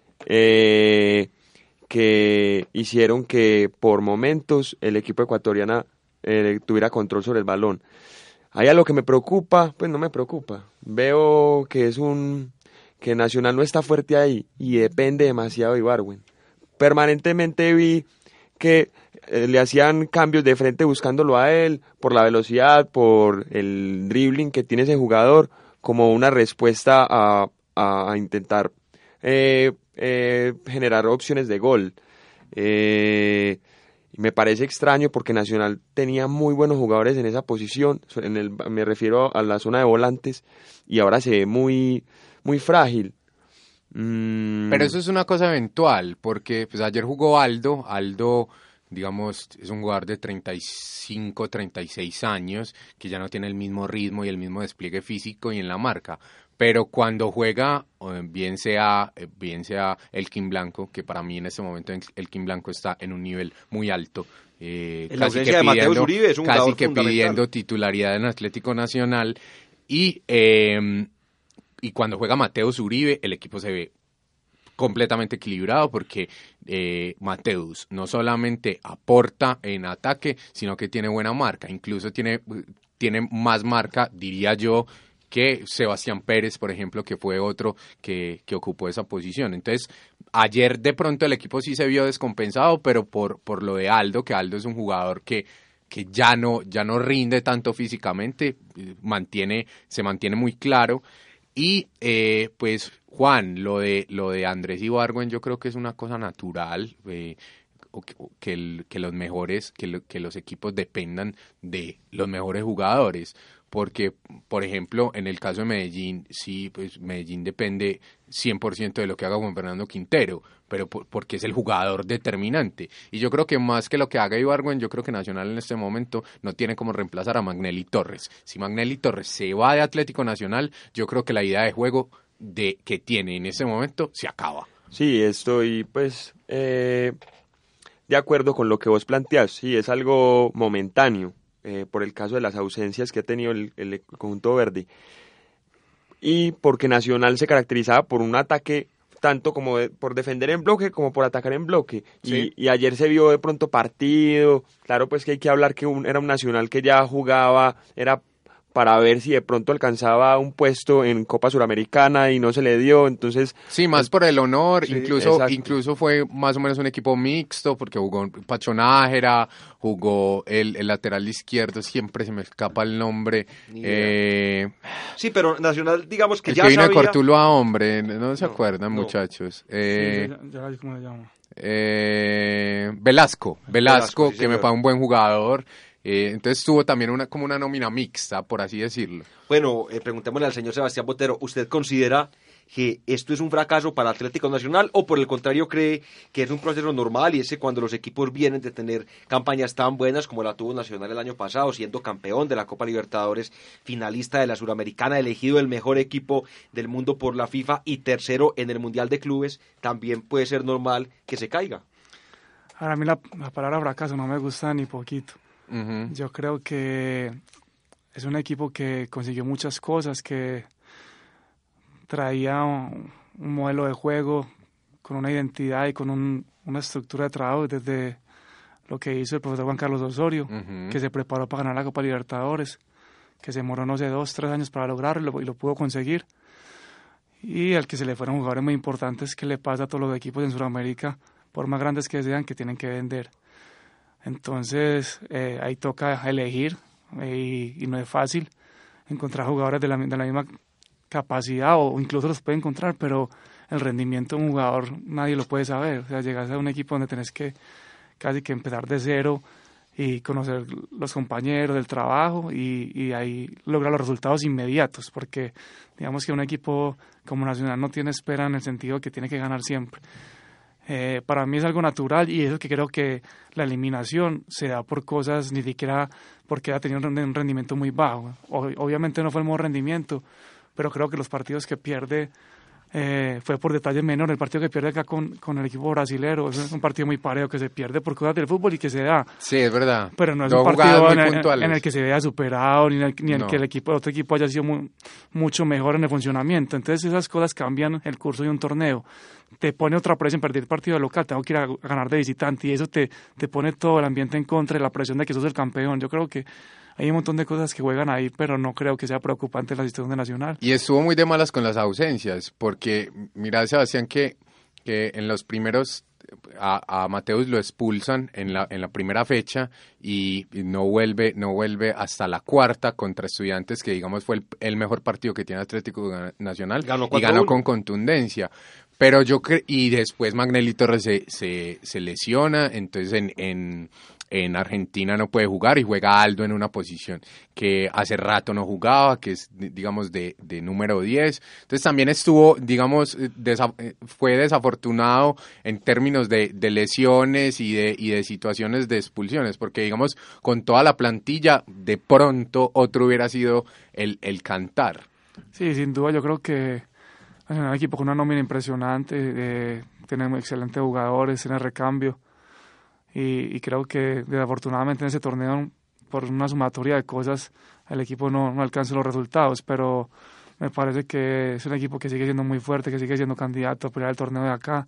eh, que hicieron que por momentos el equipo ecuatoriano eh, tuviera control sobre el balón. Hay algo que me preocupa, pues no me preocupa. Veo que es un que Nacional no está fuerte ahí y depende demasiado de Ibargüen. Permanentemente vi que eh, le hacían cambios de frente buscándolo a él por la velocidad, por el dribbling que tiene ese jugador, como una respuesta a, a, a intentar eh, eh, generar opciones de gol. Eh, me parece extraño porque Nacional tenía muy buenos jugadores en esa posición, en el, me refiero a la zona de volantes, y ahora se ve muy, muy frágil. Mm. Pero eso es una cosa eventual, porque pues ayer jugó Aldo, Aldo, digamos, es un jugador de treinta y cinco, treinta y seis años, que ya no tiene el mismo ritmo y el mismo despliegue físico y en la marca. Pero cuando juega, bien sea bien sea Elkin Blanco, que para mí en este momento Elkin Blanco está en un nivel muy alto, eh, casi que pidiendo, Uribe es un casi que pidiendo titularidad en Atlético Nacional, y eh, y cuando juega Mateus Uribe, el equipo se ve completamente equilibrado porque eh, Mateus no solamente aporta en ataque, sino que tiene buena marca, incluso tiene, tiene más marca, diría yo, que Sebastián Pérez, por ejemplo, que fue otro que, que ocupó esa posición. Entonces, ayer de pronto el equipo sí se vio descompensado, pero por, por lo de Aldo, que Aldo es un jugador que, que ya no, ya no rinde tanto físicamente, mantiene, se mantiene muy claro. Y eh, pues Juan, lo de lo de Andrés Ibargüen yo creo que es una cosa natural, eh, que, el, que los mejores, que, lo, que los equipos dependan de los mejores jugadores, porque por ejemplo en el caso de Medellín, sí, pues Medellín depende cien por ciento de lo que haga Juan Fernando Quintero, pero por, porque es el jugador determinante, y yo creo que más que lo que haga Ibargüen, yo creo que Nacional en este momento no tiene como reemplazar a Magnelli Torres. Si Magnelli Torres se va de Atlético Nacional, yo creo que la idea de juego de que tiene en este momento se acaba. Sí, estoy pues eh, de acuerdo con lo que vos planteás. Sí, es algo momentáneo eh, por el caso de las ausencias que ha tenido el, el conjunto verde, y porque Nacional se caracterizaba por un ataque tanto como de, por defender en bloque como por atacar en bloque, sí. y, y ayer se vio de pronto partido. Claro, pues que hay que hablar que un, era un Nacional que ya jugaba, era para ver si de pronto alcanzaba un puesto en Copa Suramericana y no se le dio, entonces... Sí, más por el honor, sí, incluso incluso fue más o menos un equipo mixto, porque jugó Pacho Nájera, jugó el, el lateral izquierdo, siempre se me escapa el nombre. Eh, sí, pero Nacional, digamos que el ya que vino sabía... de Cortuluá, hombre, no se no, acuerdan, no. muchachos. Eh, sí, ya, ya, ¿cómo se llama? Eh, Velasco, Velasco, Velasco sí, que señor. Me parece un buen jugador. Eh, entonces tuvo también una como una nómina mixta, por así decirlo. Bueno, eh, preguntémosle al señor Sebastián Botero, ¿usted considera que esto es un fracaso para Atlético Nacional o por el contrario cree que es un proceso normal y ese cuando los equipos vienen de tener campañas tan buenas como la tuvo Nacional el año pasado, siendo campeón de la Copa Libertadores, finalista de la Suramericana, elegido el mejor equipo del mundo por la FIFA y tercero en el Mundial de Clubes, también puede ser normal que se caiga? Ahora, a mí la, la palabra fracaso no me gusta ni poquito. Uh-huh. Yo creo que es un equipo que consiguió muchas cosas, que traía un, un modelo de juego con una identidad y con un, una estructura de trabajo desde lo que hizo el profesor Juan Carlos Osorio, uh-huh. que se preparó para ganar la Copa Libertadores, que se demoró no sé dos, tres años para lograrlo y lo pudo conseguir, y al que se le fueron jugadores muy importantes, que le pasa a todos los equipos en Sudamérica, por más grandes que sean, que tienen que vender. Entonces, eh, ahí toca elegir eh, y, y no es fácil encontrar jugadores de la, de la misma capacidad o incluso los puede encontrar, pero el rendimiento de un jugador nadie lo puede saber. O sea, llegas a un equipo donde tenés que casi que empezar de cero y conocer los compañeros del trabajo y, y ahí lograr los resultados inmediatos, porque digamos que un equipo como Nacional no tiene espera en el sentido que tiene que ganar siempre. Eh, para mí es algo natural y eso que creo que la eliminación se da por cosas, ni siquiera porque ha tenido un rendimiento muy bajo. O, obviamente no fue el mejor rendimiento, pero creo que los partidos que pierde Eh, fue por detalles menores. El partido que pierde acá con, con el equipo brasilero es un partido muy parejo que se pierde por cosas del fútbol y que se da. Sí, es verdad. Pero no es Dos un partido en, en, en el que se vea superado ni en el, ni en no. que el equipo, el otro equipo haya sido muy, mucho mejor en el funcionamiento. Entonces esas cosas cambian el curso de un torneo. Te pone otra presión, perder el partido de local, tengo que ir a, a ganar de visitante y eso te, te pone todo el ambiente en contra, la presión de que sos el campeón. Yo creo que hay un montón de cosas que juegan ahí, pero no creo que sea preocupante la situación de Nacional. Y estuvo muy de malas con las ausencias, porque mira, Sebastián, que, que en los primeros, a, a Mateus lo expulsan en la, en la primera fecha y, y no vuelve no vuelve hasta la cuarta contra Estudiantes, que digamos fue el, el mejor partido que tiene Atlético Nacional, ganó y ganó con contundencia. Pero yo cre y después Magnelli Torres se, se, se lesiona, entonces en, en, en Argentina no puede jugar y juega Aldo en una posición que hace rato no jugaba, que es, digamos, de, de número diez. Entonces también estuvo, digamos, desa fue desafortunado en términos de, de lesiones y de, y de situaciones de expulsiones, porque, digamos, con toda la plantilla, de pronto otro hubiera sido el, el Cantar. Sí, sin duda, yo creo que es un equipo con una nómina impresionante, eh, tiene excelentes jugadores, tiene recambio y, y creo que desafortunadamente en ese torneo, por una sumatoria de cosas, el equipo no, no alcanza los resultados, pero me parece que es un equipo que sigue siendo muy fuerte, que sigue siendo candidato a pelear el torneo de acá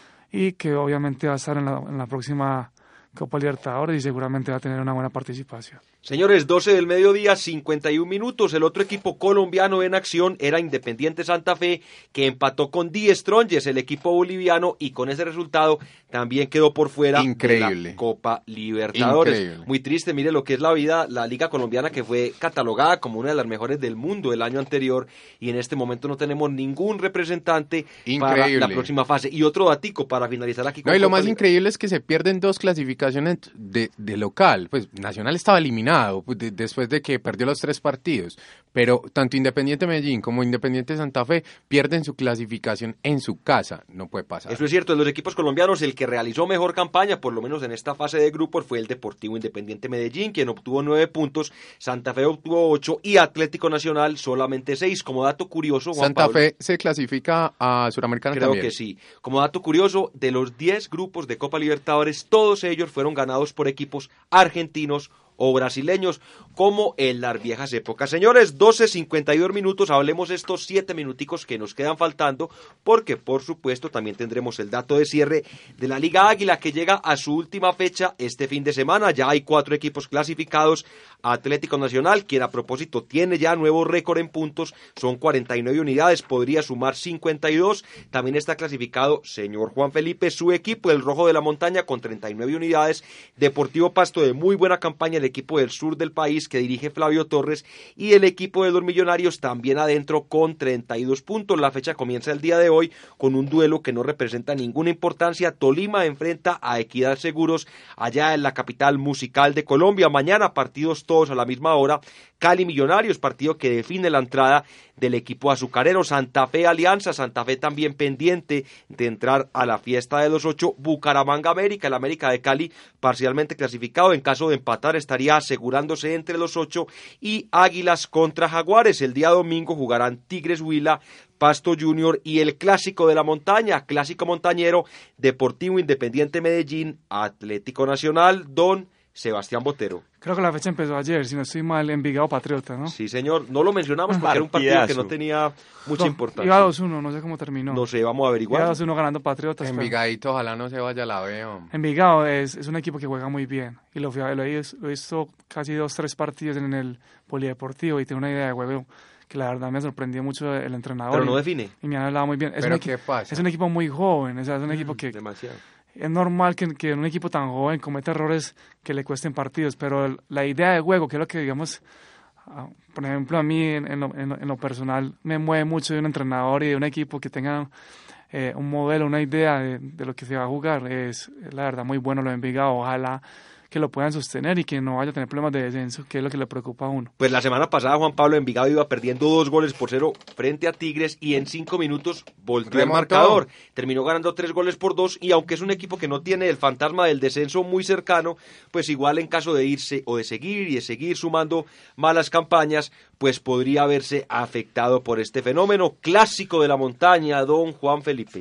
y que obviamente va a estar en la, en la próxima Copa Libertadores y seguramente va a tener una buena participación. Señores, doce del mediodía, cincuenta y un minutos. El otro equipo colombiano en acción era Independiente Santa Fe, que empató con Die Strongest, el equipo boliviano, y con ese resultado también quedó por fuera Increíble. de la Copa Libertadores. Increíble. Muy triste, mire lo que es la vida, la liga colombiana, que fue catalogada como una de las mejores del mundo el año anterior, y en este momento no tenemos ningún representante Increíble. para la próxima fase. Y otro datico para finalizar aquí con No, y lo Copa más Liber- increíble es que se pierden dos clasificaciones de, de local. Pues Nacional estaba eliminado pues, de, después de que perdió los tres partidos, pero tanto Independiente Medellín como Independiente Santa Fe pierden su clasificación en su casa. No puede pasar. Eso es cierto, de los equipos colombianos el que realizó mejor campaña, por lo menos en esta fase de grupos, fue el Deportivo Independiente Medellín, quien obtuvo nueve puntos, Santa Fe obtuvo ocho y Atlético Nacional solamente seis. Como dato curioso, Juan Santa Pablo, Fe se clasifica a Suramericana creo también. que sí. Como dato curioso, de los diez grupos de Copa Libertadores, todos ellos fueron ganados por equipos argentinos o brasileños, como en las viejas épocas. Señores, doce cincuenta y dos minutos, hablemos estos siete minuticos que nos quedan faltando, porque por supuesto también tendremos el dato de cierre de la Liga Águila, que llega a su última fecha este fin de semana. Ya hay cuatro equipos clasificados. Atlético Nacional, quien a propósito tiene ya nuevo récord en puntos, son cuarenta y nueve unidades, podría sumar cincuenta y dos. También está clasificado, señor Juan Felipe, su equipo, el Rojo de la Montaña, con treinta y nueve unidades. Deportivo Pasto, de muy buena campaña, el equipo del sur del país que dirige Flavio Torres, y el equipo de los Millonarios también adentro con treinta y dos puntos. La fecha comienza el día de hoy con un duelo que no representa ninguna importancia. Tolima enfrenta a Equidad Seguros allá en la capital musical de Colombia. Mañana partidos todos a la misma hora. Cali Millonarios, partido que define la entrada del equipo azucarero. Santa Fe Alianza, Santa Fe también pendiente de entrar a la fiesta de los ocho. Bucaramanga América, el América de Cali parcialmente clasificado, en caso de empatar estaría asegurándose entre los ocho. Y Águilas contra Jaguares, el día domingo jugarán Tigres Huila, Pasto Junior y el Clásico de la Montaña, Clásico Montañero, Deportivo Independiente Medellín, Atlético Nacional. Don Sebastián Botero. Creo que la fecha empezó ayer, si no estoy mal, Envigado Patriota, ¿no? Sí, señor. No lo mencionamos porque era un partido que no tenía mucha no, importancia. Iba dos uno, no sé cómo terminó. No sé, vamos a averiguar. Iba dos uno ganando Patriotas. Envigadito, ojalá no se vaya a la B. Envigado es, es un equipo que juega muy bien. Y lo, lo, he, lo he visto casi dos, tres partidos en el Polideportivo y tiene una idea de juego que la verdad me sorprendió mucho el entrenador. Pero no y, define. Y me han hablado muy bien. Es ¿Pero un qué equipo, pasa? Es un equipo muy joven, o sea, es un equipo que... Demasiado. Es normal que, que un equipo tan joven cometa errores que le cuesten partidos, pero el, la idea de juego, que es lo que, digamos, uh, por ejemplo, a mí en, en, lo, en, lo, en lo personal me mueve mucho de un entrenador y de un equipo que tenga eh, un modelo, una idea de, de lo que se va a jugar. Es, es la verdad muy bueno lo de Envigado. Ojalá que lo puedan sostener y que no vaya a tener problemas de descenso, que es lo que le preocupa a uno. Pues la semana pasada Juan Pablo Envigado iba perdiendo dos goles por cero frente a Tigres y en cinco minutos volteó el marcador. Terminó ganando tres goles por dos y aunque es un equipo que no tiene el fantasma del descenso muy cercano, pues igual en caso de irse o de seguir y de seguir sumando malas campañas, pues podría verse afectado por este fenómeno clásico de la montaña, don Juan Felipe.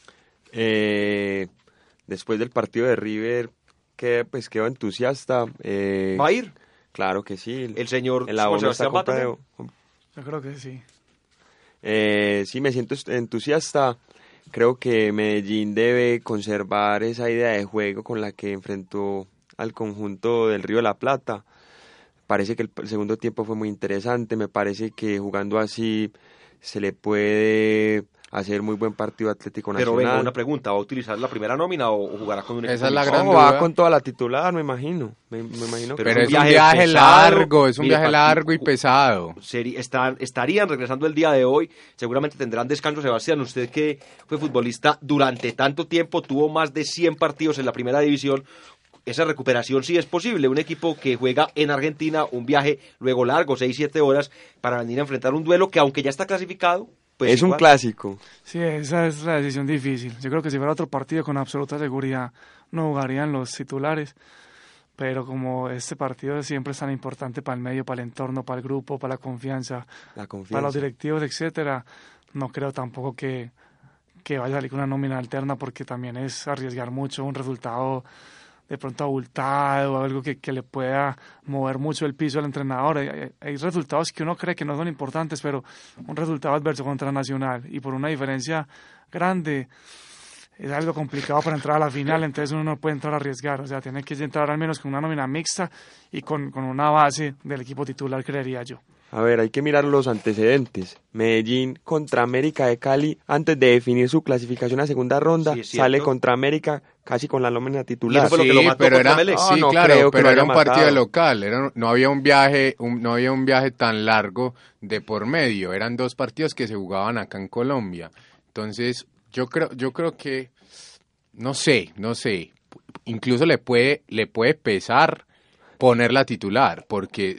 Eh, después del partido de River, que pues quedó entusiasta. Eh, ¿Va a ir? Claro que sí. El señor el Juan Sebastián Bata. De... Yo creo que sí. Eh, sí, me siento entusiasta. Creo que Medellín debe conservar esa idea de juego con la que enfrentó al conjunto del Río de la Plata. Parece que el, el segundo tiempo fue muy interesante. Me parece que jugando así se le puede hacer muy buen partido Atlético Nacional. Pero venga, una pregunta, ¿va a utilizar la primera nómina o, o jugará con un equipo? Esa es la gran no, duda. Va con toda la titular, me imagino. Me, me imagino pero, que pero es un viaje, viaje pesado, largo, es un mire, viaje largo y pesado. Sería, están, estarían regresando el día de hoy, seguramente tendrán descanso. Sebastián, usted que fue futbolista durante tanto tiempo, tuvo más de cien partidos en la primera división. Esa recuperación sí es posible, un equipo que juega en Argentina, un viaje luego largo, seis siete horas, para venir a enfrentar un duelo que aunque ya está clasificado, pues es igual. Un clásico. Sí, esa es la decisión difícil. Yo creo que si fuera otro partido con absoluta seguridad no jugarían los titulares, pero como este partido siempre es tan importante para el medio, para el entorno, para el grupo, para la confianza, la confianza. para los directivos, etcétera, no creo tampoco que, que vaya a salir con una nómina alterna porque también es arriesgar mucho un resultado de pronto abultado o algo que, que le pueda mover mucho el piso al entrenador. Hay, hay resultados que uno cree que no son importantes, pero un resultado adverso contra Nacional y por una diferencia grande es algo complicado para entrar a la final, entonces uno no puede entrar a arriesgar, o sea, tiene que entrar al menos con una nómina mixta y con, con una base del equipo titular, creería yo. A ver, hay que mirar los antecedentes. Medellín contra América de Cali, antes de definir su clasificación a segunda ronda, sí, sale contra América casi con la nómina titular. Sí, lo que lo sí pero era, no, sí, no claro, creo pero que era un matado. partido local, era, no había un viaje, un, no había un viaje tan largo de por medio, eran dos partidos que se jugaban acá en Colombia. Entonces, yo creo, yo creo que, no sé, no sé, incluso le puede, le puede pesar poner la titular, porque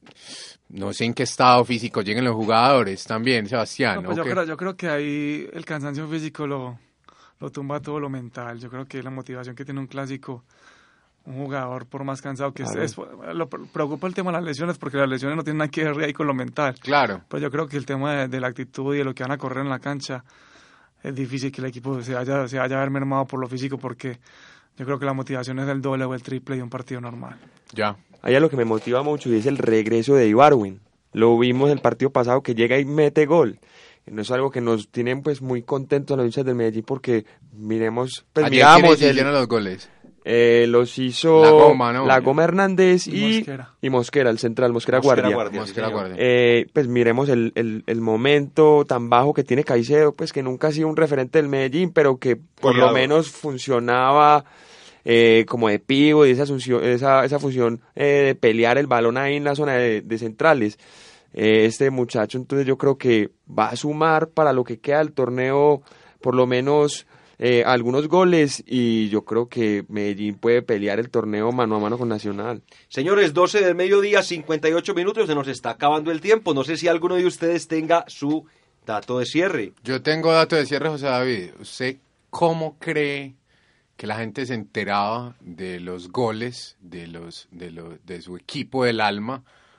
no sé en qué estado físico lleguen los jugadores también, Sebastián. No, pues ¿no? yo, creo, yo creo que ahí el cansancio físico lo, lo tumba todo lo mental. Yo creo que la motivación que tiene un clásico, un jugador por más cansado que esté, es, lo preocupa el tema de las lesiones porque las lesiones no tienen nada que ver ahí con lo mental. Claro. Pero yo creo que el tema de, de la actitud y de lo que van a correr en la cancha es difícil que el equipo se vaya, se vaya a ver mermado por lo físico porque yo creo que la motivación es el doble o el triple de un partido normal. Ya. Hay algo que me motiva mucho y es el regreso de Ibarwen. Lo vimos el partido pasado que llega y mete gol. No es algo que nos tienen pues muy contentos los hinchas del Medellín porque miremos, pues miramos el, los goles. Eh, los hizo La Goma, ¿no? La Goma Hernández y, y, Mosquera. y Mosquera, el central, Mosquera, Mosquera Guardia. Guardia, Mosquera sí, Guardia. Eh, pues miremos el, el, el momento tan bajo que tiene Caicedo, pues que nunca ha sido un referente del Medellín, pero que por Cuidado. lo menos funcionaba eh, como de pivo y esa, función, esa, esa función eh, de pelear el balón ahí en la zona de, de centrales. Eh, este muchacho entonces yo creo que va a sumar para lo que queda del torneo por lo menos eh, algunos goles y yo creo que Medellín puede pelear el torneo mano a mano con Nacional. Señores, doce del mediodía, cincuenta y ocho minutos, se nos está acabando el tiempo. No sé si alguno de ustedes tenga su dato de cierre. Yo tengo dato de cierre, José David. ¿Usted cómo cree que la gente se enteraba de los goles de los de los de su equipo del alma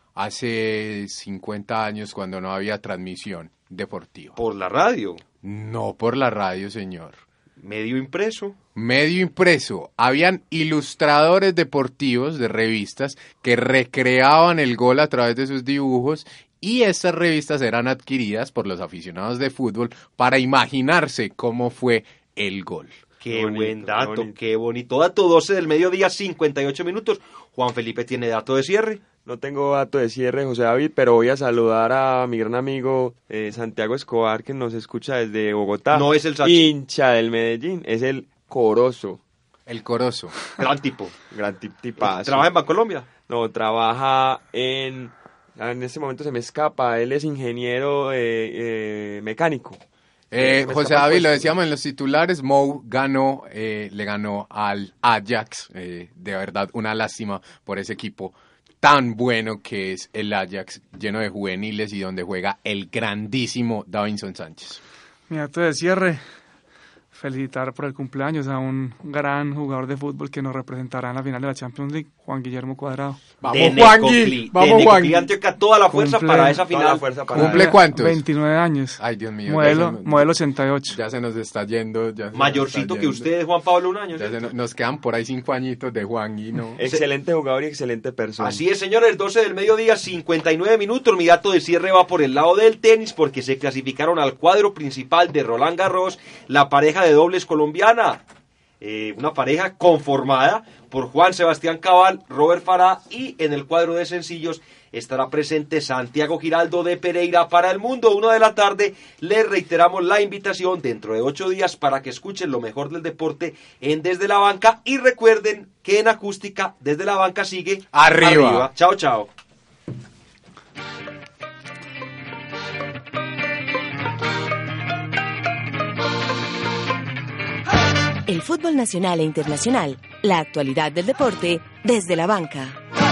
hace cincuenta años cuando no había transmisión deportiva? Por la radio. No por la radio, señor. Medio impreso. Medio impreso. Habían ilustradores deportivos de revistas que recreaban el gol a través de sus dibujos y estas revistas eran adquiridas por los aficionados de fútbol para imaginarse cómo fue el gol. Qué, qué bonito, buen dato, qué bonito. qué bonito. Dato doce del mediodía, cincuenta y ocho minutos. Juan Felipe tiene dato de cierre. No tengo dato de cierre, José David, pero voy a saludar a mi gran amigo eh, Santiago Escobar, que nos escucha desde Bogotá. No es el Sachi. Hincha del Medellín, es el Corozo. El Corozo. Gran tipo. Gran tip, tipazo. ¿Trabaja en Bancolombia? No, trabaja en... En este momento se me escapa, él es ingeniero eh, eh, mecánico. Eh, José David, lo decíamos en los titulares, Mou ganó, eh, le ganó al Ajax, eh, de verdad una lástima por ese equipo tan bueno que es el Ajax, lleno de juveniles y donde juega el grandísimo Davinson Sánchez. Mira, tú de cierre, felicitar por el cumpleaños a un gran jugador de fútbol que nos representará en la final de la Champions League, Juan Guillermo Cuadrado. Vamos, Juangui, vamos, Juangui. Antioquia, toda la fuerza Cumple, para esa final. Para ¿Cumple cuántos? veintinueve años. Ay, Dios mío. Modelo, nos, modelo ochenta y ocho. Ya se nos está yendo. Ya Mayorcito que ustedes, Juan Pablo, un año. Ya se nos, nos quedan por ahí cinco añitos de Juangui, ¿no? Excelente jugador y excelente persona. Así es, señores, doce del mediodía, cincuenta y nueve minutos. Mi dato de cierre va por el lado del tenis porque se clasificaron al cuadro principal de Roland Garros la pareja de dobles colombiana. Eh, una pareja conformada por Juan Sebastián Cabal, Robert Farah, y en el cuadro de sencillos estará presente Santiago Giraldo de Pereira. Para el mundo, una de la tarde, les reiteramos la invitación dentro de ocho días para que escuchen lo mejor del deporte en Desde la Banca, y recuerden que en acústica Desde la Banca sigue arriba. arriba. Chao, chao. El fútbol nacional e internacional, la actualidad del deporte desde la banca.